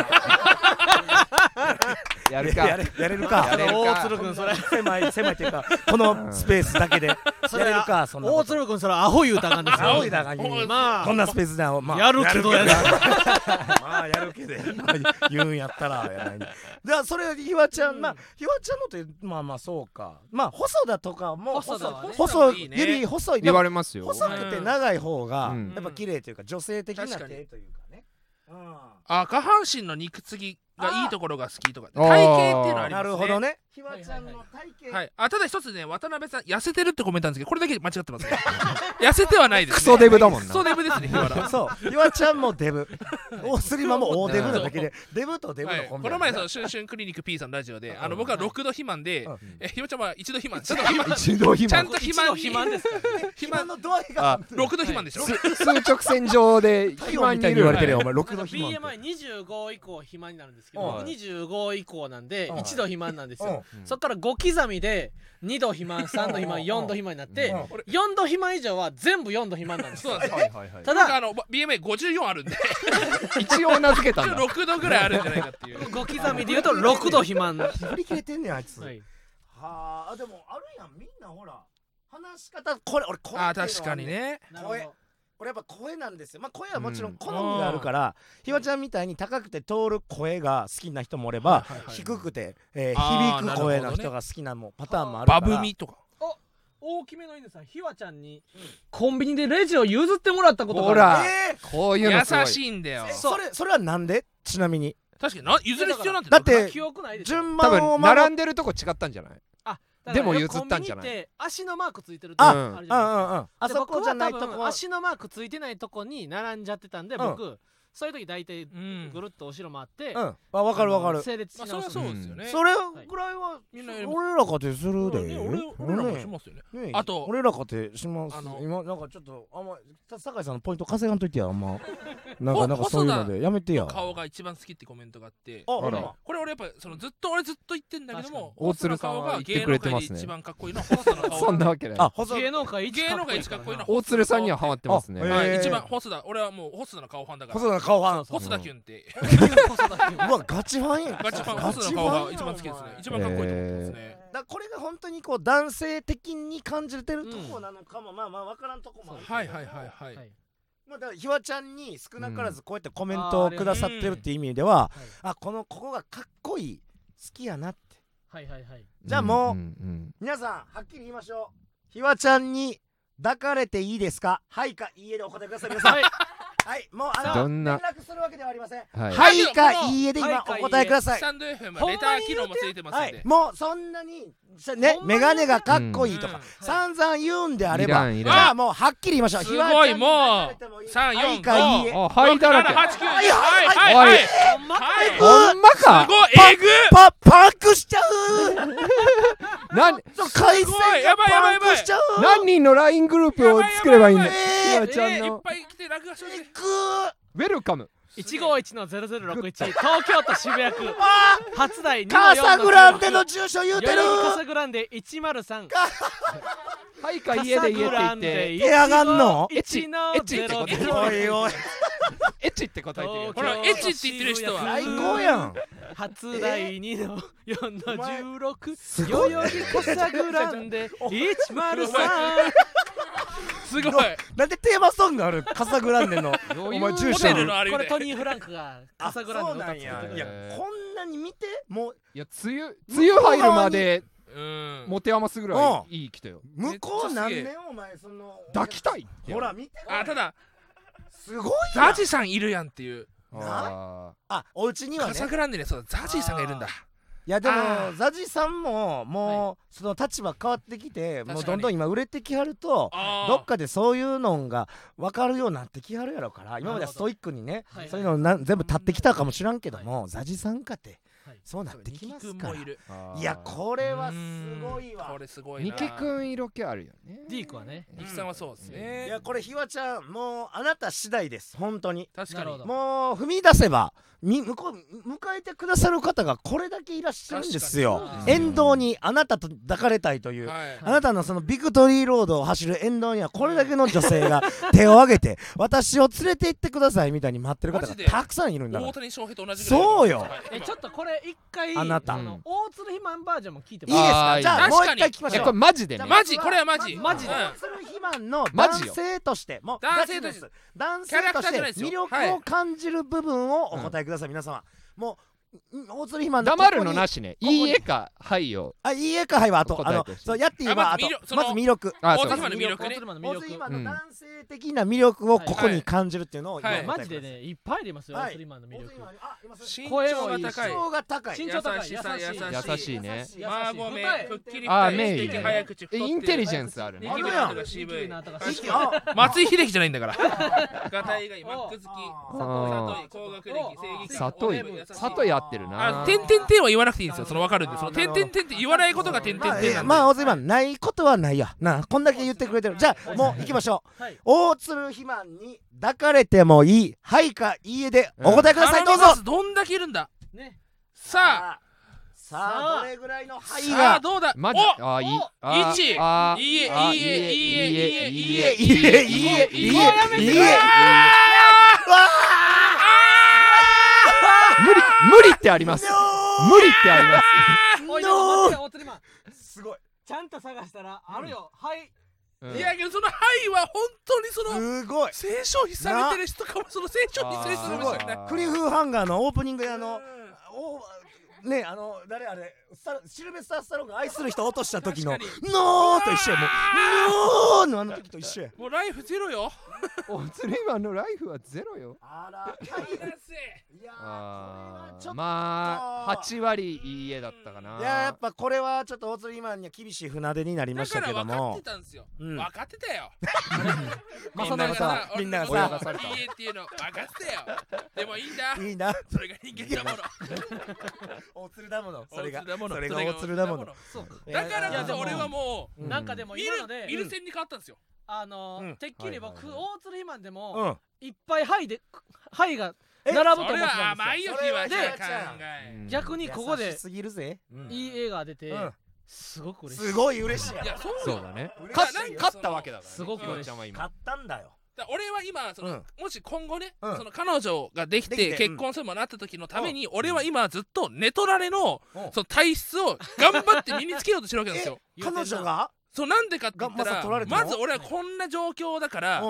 やるかやれるか。 大鶴君それ狭い狭いっていうかこのスペースだけでやれるか。そんな大鶴君それアホ言うたらあかんですよ。 アホ言うたらあかん。まあこんなスペースだまあやるけどやな。 まあやるけど言うんやったらやない。だからそれひわちゃんまあひわちゃんのってまあまあそうか。まあ細田とかも細指細い言われますよ。 細くて長い方がやっぱ綺麗というか女性的な手というかね。 あ、下半身の肉付きがいいところが好きとか体型っていうのはありますね。 なるほどね。ひわちゃんの体型。 はい。あ、ただ一つね、渡辺さん痩せてるってコメントなんですけど、これだけ間違ってますね。痩せてはないですね。 クソデブだもんな。 クソデブですね、ひわら。 そう。ひわちゃんもデブ。大スリマも大デブなだけで、デブとデブのコンビ。 この前そのシュンシュンクリニック P さんのラジオで、あの僕はろくど肥満で、えひわちゃんは一度肥満。ちゃんと肥満。 一度肥満。 ちゃんと肥満肥満ですか。 肥満の度合いがろくど肥満でしょ。 数直線上で肥満に言われてるよ。お前ろくど肥満。 ビーエムアイにじゅうご 以降肥満になるんですけど、にじゅうご以降なんでいちど肥満なんですよ。そっからご刻みでにど肥満、さんど肥満、よんど肥満になってよんど肥満以上は全部よんど肥満なんですよ。 ただあの ビーエムアイごじゅうよん あるんで一応名付けたんだ。 ろくどぐらいあるんじゃないかっていう。 ご刻みで言うとろくど肥満。 振り切れてんねんあいつ。はあ、でもあるやん、みんなほら話し方これ俺声。 あ、確かにね。 声これやっぱ声なんですよ。まあ声はもちろん好みがあるから、ひわちゃんみたいに高くて通る声が好きな人もおれば、低くて響く声の人が好きなもパターンもあるから。 バブミとか。 大きめの犬さん、ひわちゃんにコンビニでレジを譲ってもらったことがある。 ほら、こういうの優しいんだよ。 それそれはなんで？ちなみに。 確かにな、譲る必要なんてだって順番を並んでるとこ違ったんじゃない？でも譲ったんじゃない？ コンビニって足のマークついてるとこあるじゃないですか。あそこじゃないとこ、 足のマークついてないとこに並んじゃってたんで、僕そういう時大体ぐるっと後ろ回って、 あ、分かる分かる。 整列し直す。 そうですよね。 それぐらいは俺らかてするで。 俺らもしますよね。あと俺らかてします。今なんかちょっとあんま酒井さんのポイント稼がんといてや、あんまなんかなんかそういうのでやめてや。 顔が一番好きってコメントがあって、 あらこれ俺やっぱそのずっと俺ずっと言ってんだけども、 大鶴さんは言ってくれてますね。 一番かっこいいのは細田の顔。 そんなわけない。 あ、芸能界一芸能界一かっこいいのは大鶴さんにはハマってますね。 はい、一番細田、俺はもう細田の顔ファンだから。 細田の顔ファン。 細田キュンって。 うわ、ガチファンや。 ガチファン、細田の顔が一番好きですね。一番かっこいいと思ってますね。 だこれが本当にこう男性的に感じてるとこなのかも、まあまあ分からんとこもある。 はいはいはいはい。 まあだからひわちゃんに少なからずこうやってコメントをくださってるっていう意味では、あ、このここがかっこいいきやなって。 はいはいはい。 じゃあもう皆さんはっきり言いましょう。ひわちゃんに抱かれていいですか？はいかいいえでお答えください。皆さんはい、もうあの連絡するわけではありません。はいかいいえで今お答えください。 スタンド エフエム レター機能もついてますんで、 もうそんなにねメガネがかっこいいとか散々言うんであれば、じゃあもうはっきり言いましょう。 すごい、もうさん、よん、ご、 はいだらけ、 はち、きゅう、はいはいはい、 ほんまか、 すごいえぐパパンクしちゃう。 なん回線がパンクしちゃう。 何人の ライン グループを作ればいいんだ。ひわちゃんのいっぱい来て落書きしてウェルカムいちごいちのゼロゼロろくいち東京都渋谷区初台にのカサグランデの住所言うてる。 カサグランデいちまるさんはいか家で家って言って手上がんのいちのゼロゼロおいおいエッチって答えてるよ。 ほらエッチって言ってる人は最高やん。 初台にのよんのじゅうろく代々木カサグランデいちまるさんすごい。 なんでテーマソングあるカサグランデのお前住所のこれトニー・フランクがカサグランデの歌作ってる。いやこんなに見てもういや梅雨梅雨入るまで持て余すぐらいいい来たよ。 向こう何年お前その抱きたい。 ほら見て。 あただすごいザジさんいるやんっていう。 ああお家にはねカサグランデにそうザジさんがいるんだ。 いやでもザジさんももうその立場変わってきてもうどんどん今売れてきはるとどっかでそういうのが分かるようになってきはるやろから、今まではストイックにねそういうのな全部立ってきたかもしらんけども、ザジさんかてそうなってきますから。いやこれはすごいわ。 これすごいな。 ニケくん色気あるよね。 ディークはね。 ニキさんはそうですね。 いやこれひわちゃんもうあなた次第です本当に。 確かにもう踏み出せばみ向こう迎えてくださる方がこれだけいらっしゃるんですよ。沿道にあなたと抱かれたいという、はい、あなたのそのビクトリーロードを走る沿道にはこれだけの女性が手を挙げて私を連れて行ってくださいみたいに待ってる方がたくさんいるんだから。 大谷翔平と同じぐらい。 そうよ。 えちょっとこれ一回あなた大鶴ひまんバージョンも聞いてもいいですか。じゃあもう一回聞きましょう。 これマジでね。 マジこれはマジマジで大鶴ひまんの男性としても男性として男性として魅力を感じる部分をお答えください皆様。もう大鶴ひまんの黙るのなしね。いいえかはいよ。 あいいえかはいはあとあのそうやって言えばあとまず魅力。 大鶴ひまんの魅力ね。 大鶴ひまんの男性的な魅力をここに感じるっていうのをマジでねいっぱいありますよ大鶴ひまんの魅力。 身長が高い。 身長が高い。 身長高い。 優しさ優しいね。 マーゴメくっきりあ目いい早口太ってる。 インテリジェンスあるね。 ニキビなんとか渋い。松井秀喜じゃないんだから。ガタイがいマック好き。里井高学歴正義。 里井里井合ってるな。 あ点々点は言わなくていいんですよ。その分かるんでその点々点って言わないことが点々点なんで。 まあ大鶴ひまんないことはないやな。こんだけ言ってくれてる。じゃあもう行きましょう。大鶴ひまんに抱かれてもいいはいかいいえでお答えください。どうぞ。 どんだけいるんだ。さあさあどれぐらいのはいが。 さあどうだ。 マジあいいいちいいえいいえいいえいいえいいえいいえいいえいいえいいえいいえ。 無理無理ってあります。無理ってあります。 おいでも待って大鶴ひまんすごいちゃんと探したらあるよ。はいいやけどその「はい」は本当にそのすごい聖書費されてる人かもその聖書費する人かもしれない。 クリフハンガーのオープニングであのねあの誰あれシルベスター・スタローンが愛する人落とした時の「ノー」と一緒や。もう「ノー」のあの時と一緒や。 もうライフゼロよ。 大鶴ひまんのライフはゼロよ。 あらいやまあはちわりいいえだったかな。 いややっぱこれはちょっと大鶴ひまんには厳しい船出になりましたけども。 だから分かってたんですよ。分かってたよ。 みんながさみんながさいいえっていうの分かってたよ。でもいいんだ。 いいんだ。 それが人間だもの。 大鶴だもの。それがそれが大鶴だもの。 だからこそ俺はもうなんかでも今ので見る線に変わったんですよ。 あのてっきり僕大鶴ひまんでもいっぱいはいではいが並ぶと思ってたんですよ。で逆にここでいい絵が出てすごく嬉しい。 すごい嬉しい。 そうだね。勝ったわけだから。 すごく嬉しい。 勝ったんだよ。 俺は今そのもし今後ねその彼女ができて結婚するもなった時のために俺は今ずっと寝取られのその体質を頑張って身につけようとしてるわけなんですよ。 彼女がそうなんでかって言ったらまず俺はこんな状況だから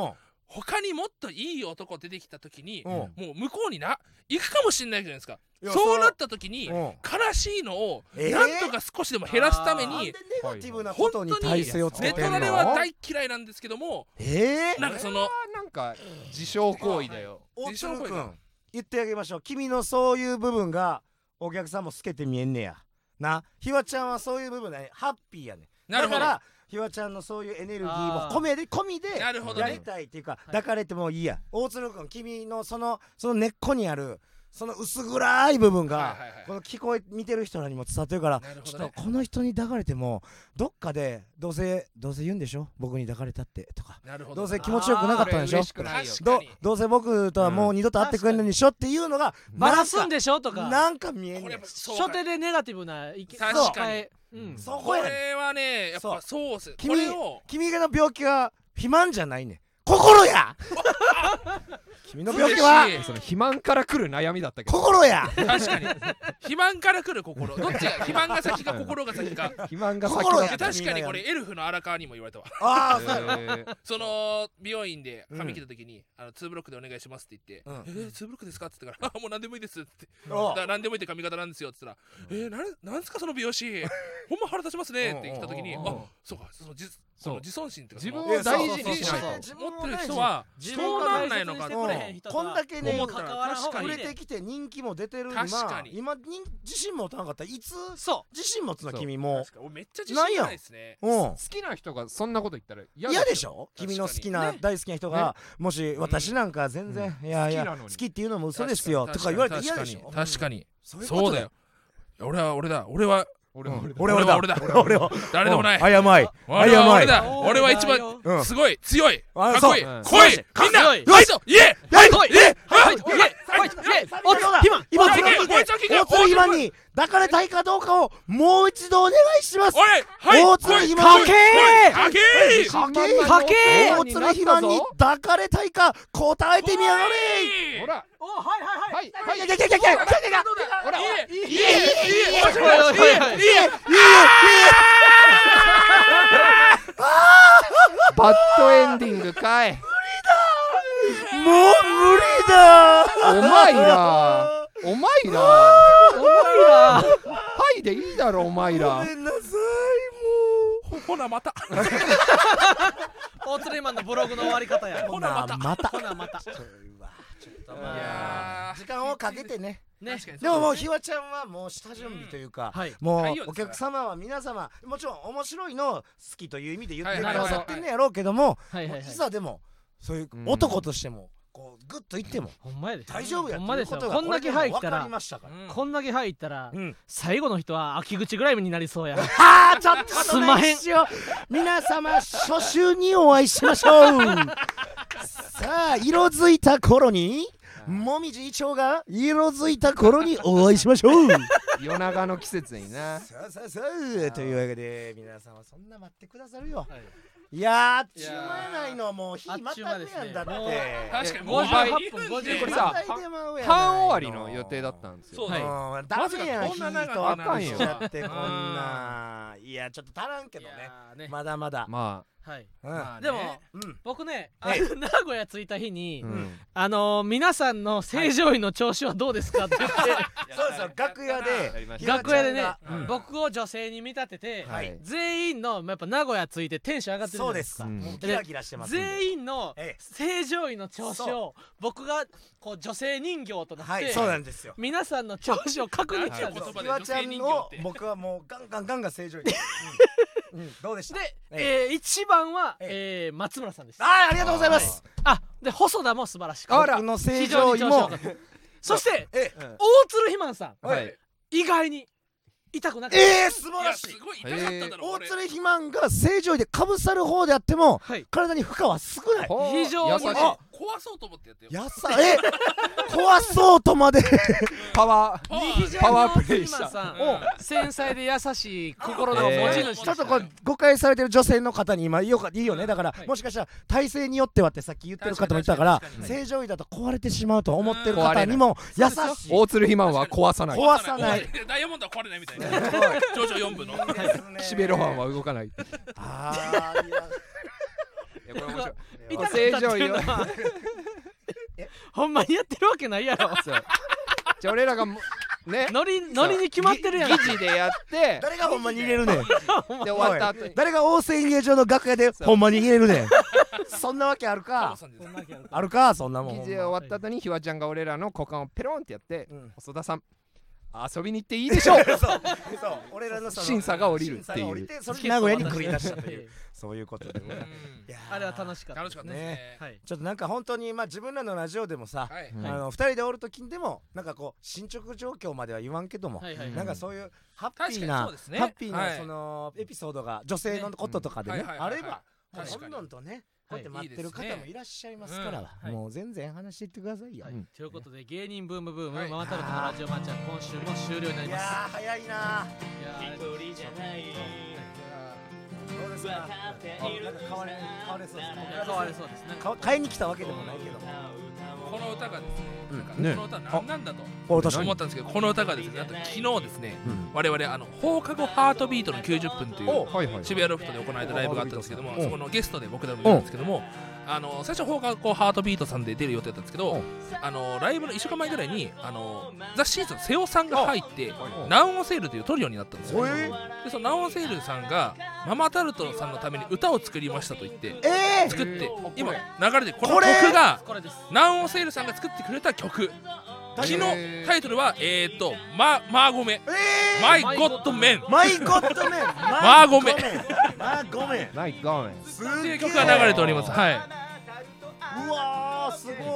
他にもっといい男出てきた時に、うん、もう向こうにな行くかもしれないじゃないですか。そうなった時に、うん、悲しいのをなんとか少しでも減らすために、 えー、本当にネトラレは大嫌いなんですけども、 えー、 なんかそのなんか自傷行為だよ。 大鶴くん言ってあげましょう。君のそういう部分がお客さんも透けて見えんねやな。ひわちゃんはそういう部分でハッピーやね。だからひわちゃんのそういうエネルギーも込めで込みでやりたいっていうか、抱かれてもいいや。大鶴くん、君のそのその根っこにあるその薄暗い部分がこの聞こえ見てる人らにも伝わってるから、ちょっとこの人に抱かれてもどっかでどうせどうせ言うんでしょ、僕に抱かれたってとか、どうせ気持ちよくなかったんでしょ、どどうせ僕とはもう二度と会ってくれないんでしょっていうのがバラすんでしょとかなんか見えんねん。 初手でネガティブな意見。 確かに、 うん、 そこれはねやっぱそうっす。 君君の病気は肥満じゃないねん、心や君の病気はその肥満から来る悩みだったけど心や。 確かに肥満から来る心、どっちが肥満が先か心が先か。 肥満が先だ。 確かにこれエルフの荒川にも言われたわ。 ああその美容院で髪切った時にあのツーブロックでお願いしますって言って、えツーブロックですかって言ってからもう何でもいいですって何でもいいって髪型なんですよって言ったら、えなんすかその美容師ほんま腹立ちますねって言った時に、あそうかその自尊心って自分を大事にしないと持ってる人はそうなんないのかって。 こんだけね思ったら売れてきて人気も出てる今今自信持たなかったらいつ自信持つの君も。 めっちゃ自信ないですね。 好きな人がそんなこと言ったら嫌でしょ。君の好きな大好きな人がもし私なんか全然いやいや好きっていうのも嘘ですよとか言われて嫌でしょ。 確かにそうだよ。俺は俺だ俺は俺は俺だ俺だ俺は誰でもない。 あやまいあやまい俺は一番すごい強いかっこいい来いみんなファイトイエファイトイエファイトイエファイトイエおつ今今それを聞いて大鶴今に抱かれたいかどうかをもう一度お願いします。大鶴今かけかけかけかけ大鶴今に抱かれたいか答えてみやがれ。 ほらおはいはいはいはいはいはいはいはいはいほらいいいいいいいいいバッドエンディングかい。 もう無理だ。 お前らお前らお前らはいでいいだろお前ら。 ごめんなさいもうほなまた大鶴マンのブログの終わり方や。 ほなまたほなまたちょっとまあ時間をかけてね。 ね、 でももうひわちゃんはもう下準備というか、 うんはい、 もうお客様は皆様もちろん面白いのを好きという意味で言ってくださってんねやろうけども、いざでもそういう男としてもこうグッと言っても大丈夫やっていうことがこれでも分かりましたから。 こんだけ入ったら最後の人は秋口ぐらいになりそうや。 はあちょっとすんまへん。皆様初週にお会いしましょう。さあ色づいた頃にもみじいちょうが色づいた頃にお会いしましょう。 夜長の季節にな。 さあさあさあというわけで皆さんはそんな待ってくださるよ。はい、いやーあっちゅう間やないのもう日またぐやんだって。 確かにごじゅうはっぷんごじゅうこれさ半終わりの予定だったんですよ。 はいダメやん日とあかんよだってこんな。いやちょっと足らんけどねまだまだ。 まあはい、でも僕ね名古屋着いた日にあの皆さんの正常位の調子はどうですかって言ってそうそう楽屋で楽屋でね僕を女性に見立てて全員のやっぱ名古屋着いてテンション上がってるじゃないですか。 キラキラしてます。 全員の正常位の調子を僕がこう女性人形となってそうなんですよ。 皆さんの調子を確認したんですよ。 ひわちゃんを僕はもうガンガンガンガン正常位どうでした？ で、えー、一番は、えー、松村さんです。 ああ、ありがとうございます。 あ、で細田も素晴らしく僕の正常位もそして、大鶴肥満さん、意外に痛くなかった。 えー、素晴らしい。大鶴肥満が正常位でかぶさる方であっても体に負荷は少ない。 非常に壊そうと思ってやってよ。 やさえ壊そうとまでパワーパワープレイした繊細で優しい心の持ち主。 ちょっとこう誤解されてる女性の方に今いいよね。だからもしかしたら体勢によってはってさっき言ってる方もいたから正常位だと壊れてしまうと思ってる方にも優しい。 大鶴肥満は壊さない壊さない。 ダイヤモンドは壊れないみたいな。ジョジョよんぶの岸辺露伴は動かない。 ああこれ面白い。 痛かったっていうのはほんまにやってるわけないやろ。 じゃあ俺らがねノリノリに決まってるやん。 議事でやって誰がほんまに入れるねん。 で終わった後に誰が大瀬演芸場の楽屋でほんまに入れるねん。そんなわけあるか。あるかそんなもん。 議事終わった後にひわちゃんが俺らの股間をペロンってやって細田さん遊びに行っていいでしょう。そう俺らの審査が降りるっていう。 それで名古屋に繰り出したというそういうことで。 あれは楽しかった。 楽しかったね。 ちょっとなんか本当にまあ自分らのラジオでもさ、あのふたりでおる時でもなんかこう進捗状況までは言わんけども、なんかそういうハッピーなハッピーなそのエピソードが女性のこととかでねあればどんどんとね。こうやって待ってる方もいらっしゃいますからもう全然話していってくださいよ。 ということで芸人ブームブームママタルトのラジオマッチは今週も終了になります。 いや早いな。 一人じゃないどうですか。なんか変われ変われそうですね。 変われそうですね。 買いに来たわけでもないけどこの歌がですね、この歌何なんだと思ったんですけど、この歌がですね、昨日ですね、我々あの放課後ハートビートのきゅうじゅっぷんという渋谷ロフトで行われたライブがあったんですけども、そこのゲストで僕らもいるんですけども、あの最初放課後ハートビートさんで出る予定だったんですけど、あのライブのいっしゅうかんまえぐらいにあのザ・シーズン瀬尾さんが入ってナウンオセールというトリオになったんですよ。でそのナウンオセールさんがママタルトさんのために歌を作りましたと言って作って今流れでこの曲がナウンオセールさんが作ってくれた曲。昨日タイトルはえーっとマーゴメマイゴッドメンマイゴッドメンマーゴメマーゴメマイゴメっていう曲が流れております。はい。 うわーすごい。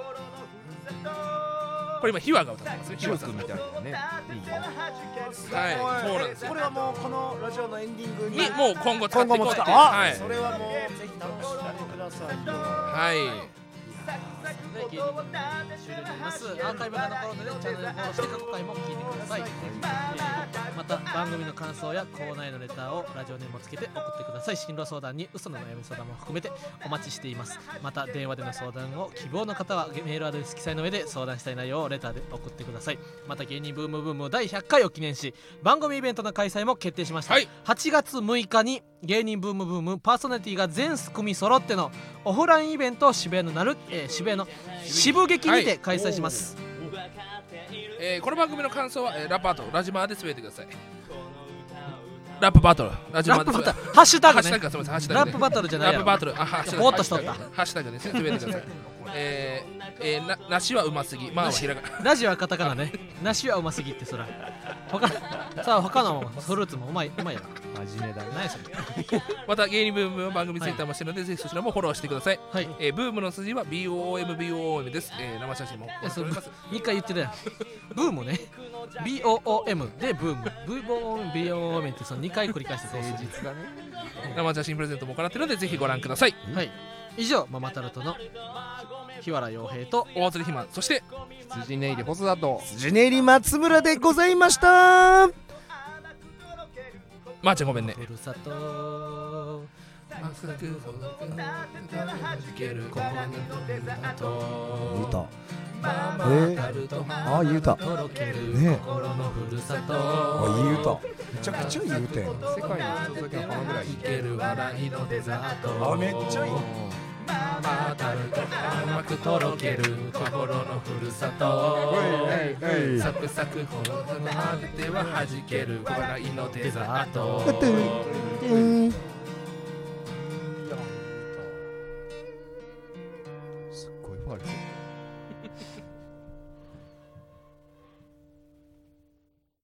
これ今ヒワが歌ってますね。 ヒワ君みたいなね。 はいそうなんですよ。 これはもうこのラジオのエンディングににもう今後使っていこうっていう。 はい。それはもうぜひ楽しんでくださいよ。 はい。 で芸人ブーム終了になります。アーカイブが残るのでチャンネルフォローして過去回も聞いてください。また番組の感想やコーナーへのレターをラジオネームをつけて送ってください。進路相談に嘘の悩み相談も含めてお待ちしています。また電話での相談を希望の方はメールアドレス記載の上で相談したい内容をレターで送ってください。また芸人ブームブームだいひゃっかいを記念し番組イベントの開催も決定しました、はい、はちがつむいかに芸人ブームブームパーソナリティが全組揃ってのオフラインイベントを渋谷のなる、えー、渋谷の渋劇にて開催します、はい、 えー、この番組の感想は、えー、ラップバトルラジマーでつぶやいてください。ラップバトルラジマーでつぶやいてハッシュタグね。 ハッシュタグすみませんハッシュタグ、ね、 ラップバトルじゃないラップバトルあハッシュタグぼーっとしとったハッシュタグですねつぶやいてください。えーえー、な梨はうますぎまあはひらがラジはカタカナね梨はうますぎってそら他さあ他のフルーツもうまいうまいやろ真面目だね。 何それまた芸人ブームの番組ツイッターもしてるので、はい、ぜひそちらもフォローしてください、 はい。 えー、ブームの筋は ビーオーエムビーオーエム です、えー、生写真も送っておりますにかい言ってるやんブームね ビーオーオーエム でブーム ブーオーエム ビーオーエム ってそのにかい繰り返して誠実だね。 生写真プレゼントも行っているのでぜひご覧ください。 はい。以上ママタルトの日原洋平と大鶴ひまそして辻根入り細田と辻根入り松村でございました。 まーちゃんごめんね。 ふるさとまさくほどくはじけるここに歌ママタルトああいい歌とろける心のふるさとあいい歌めちゃくちゃいい歌やん。 世界の続けの花ぐらいいける笑いのデザートあめっちゃいい。 ママタルト甘くとろける心のふるさとサクサクほどくまではじける笑いのデザート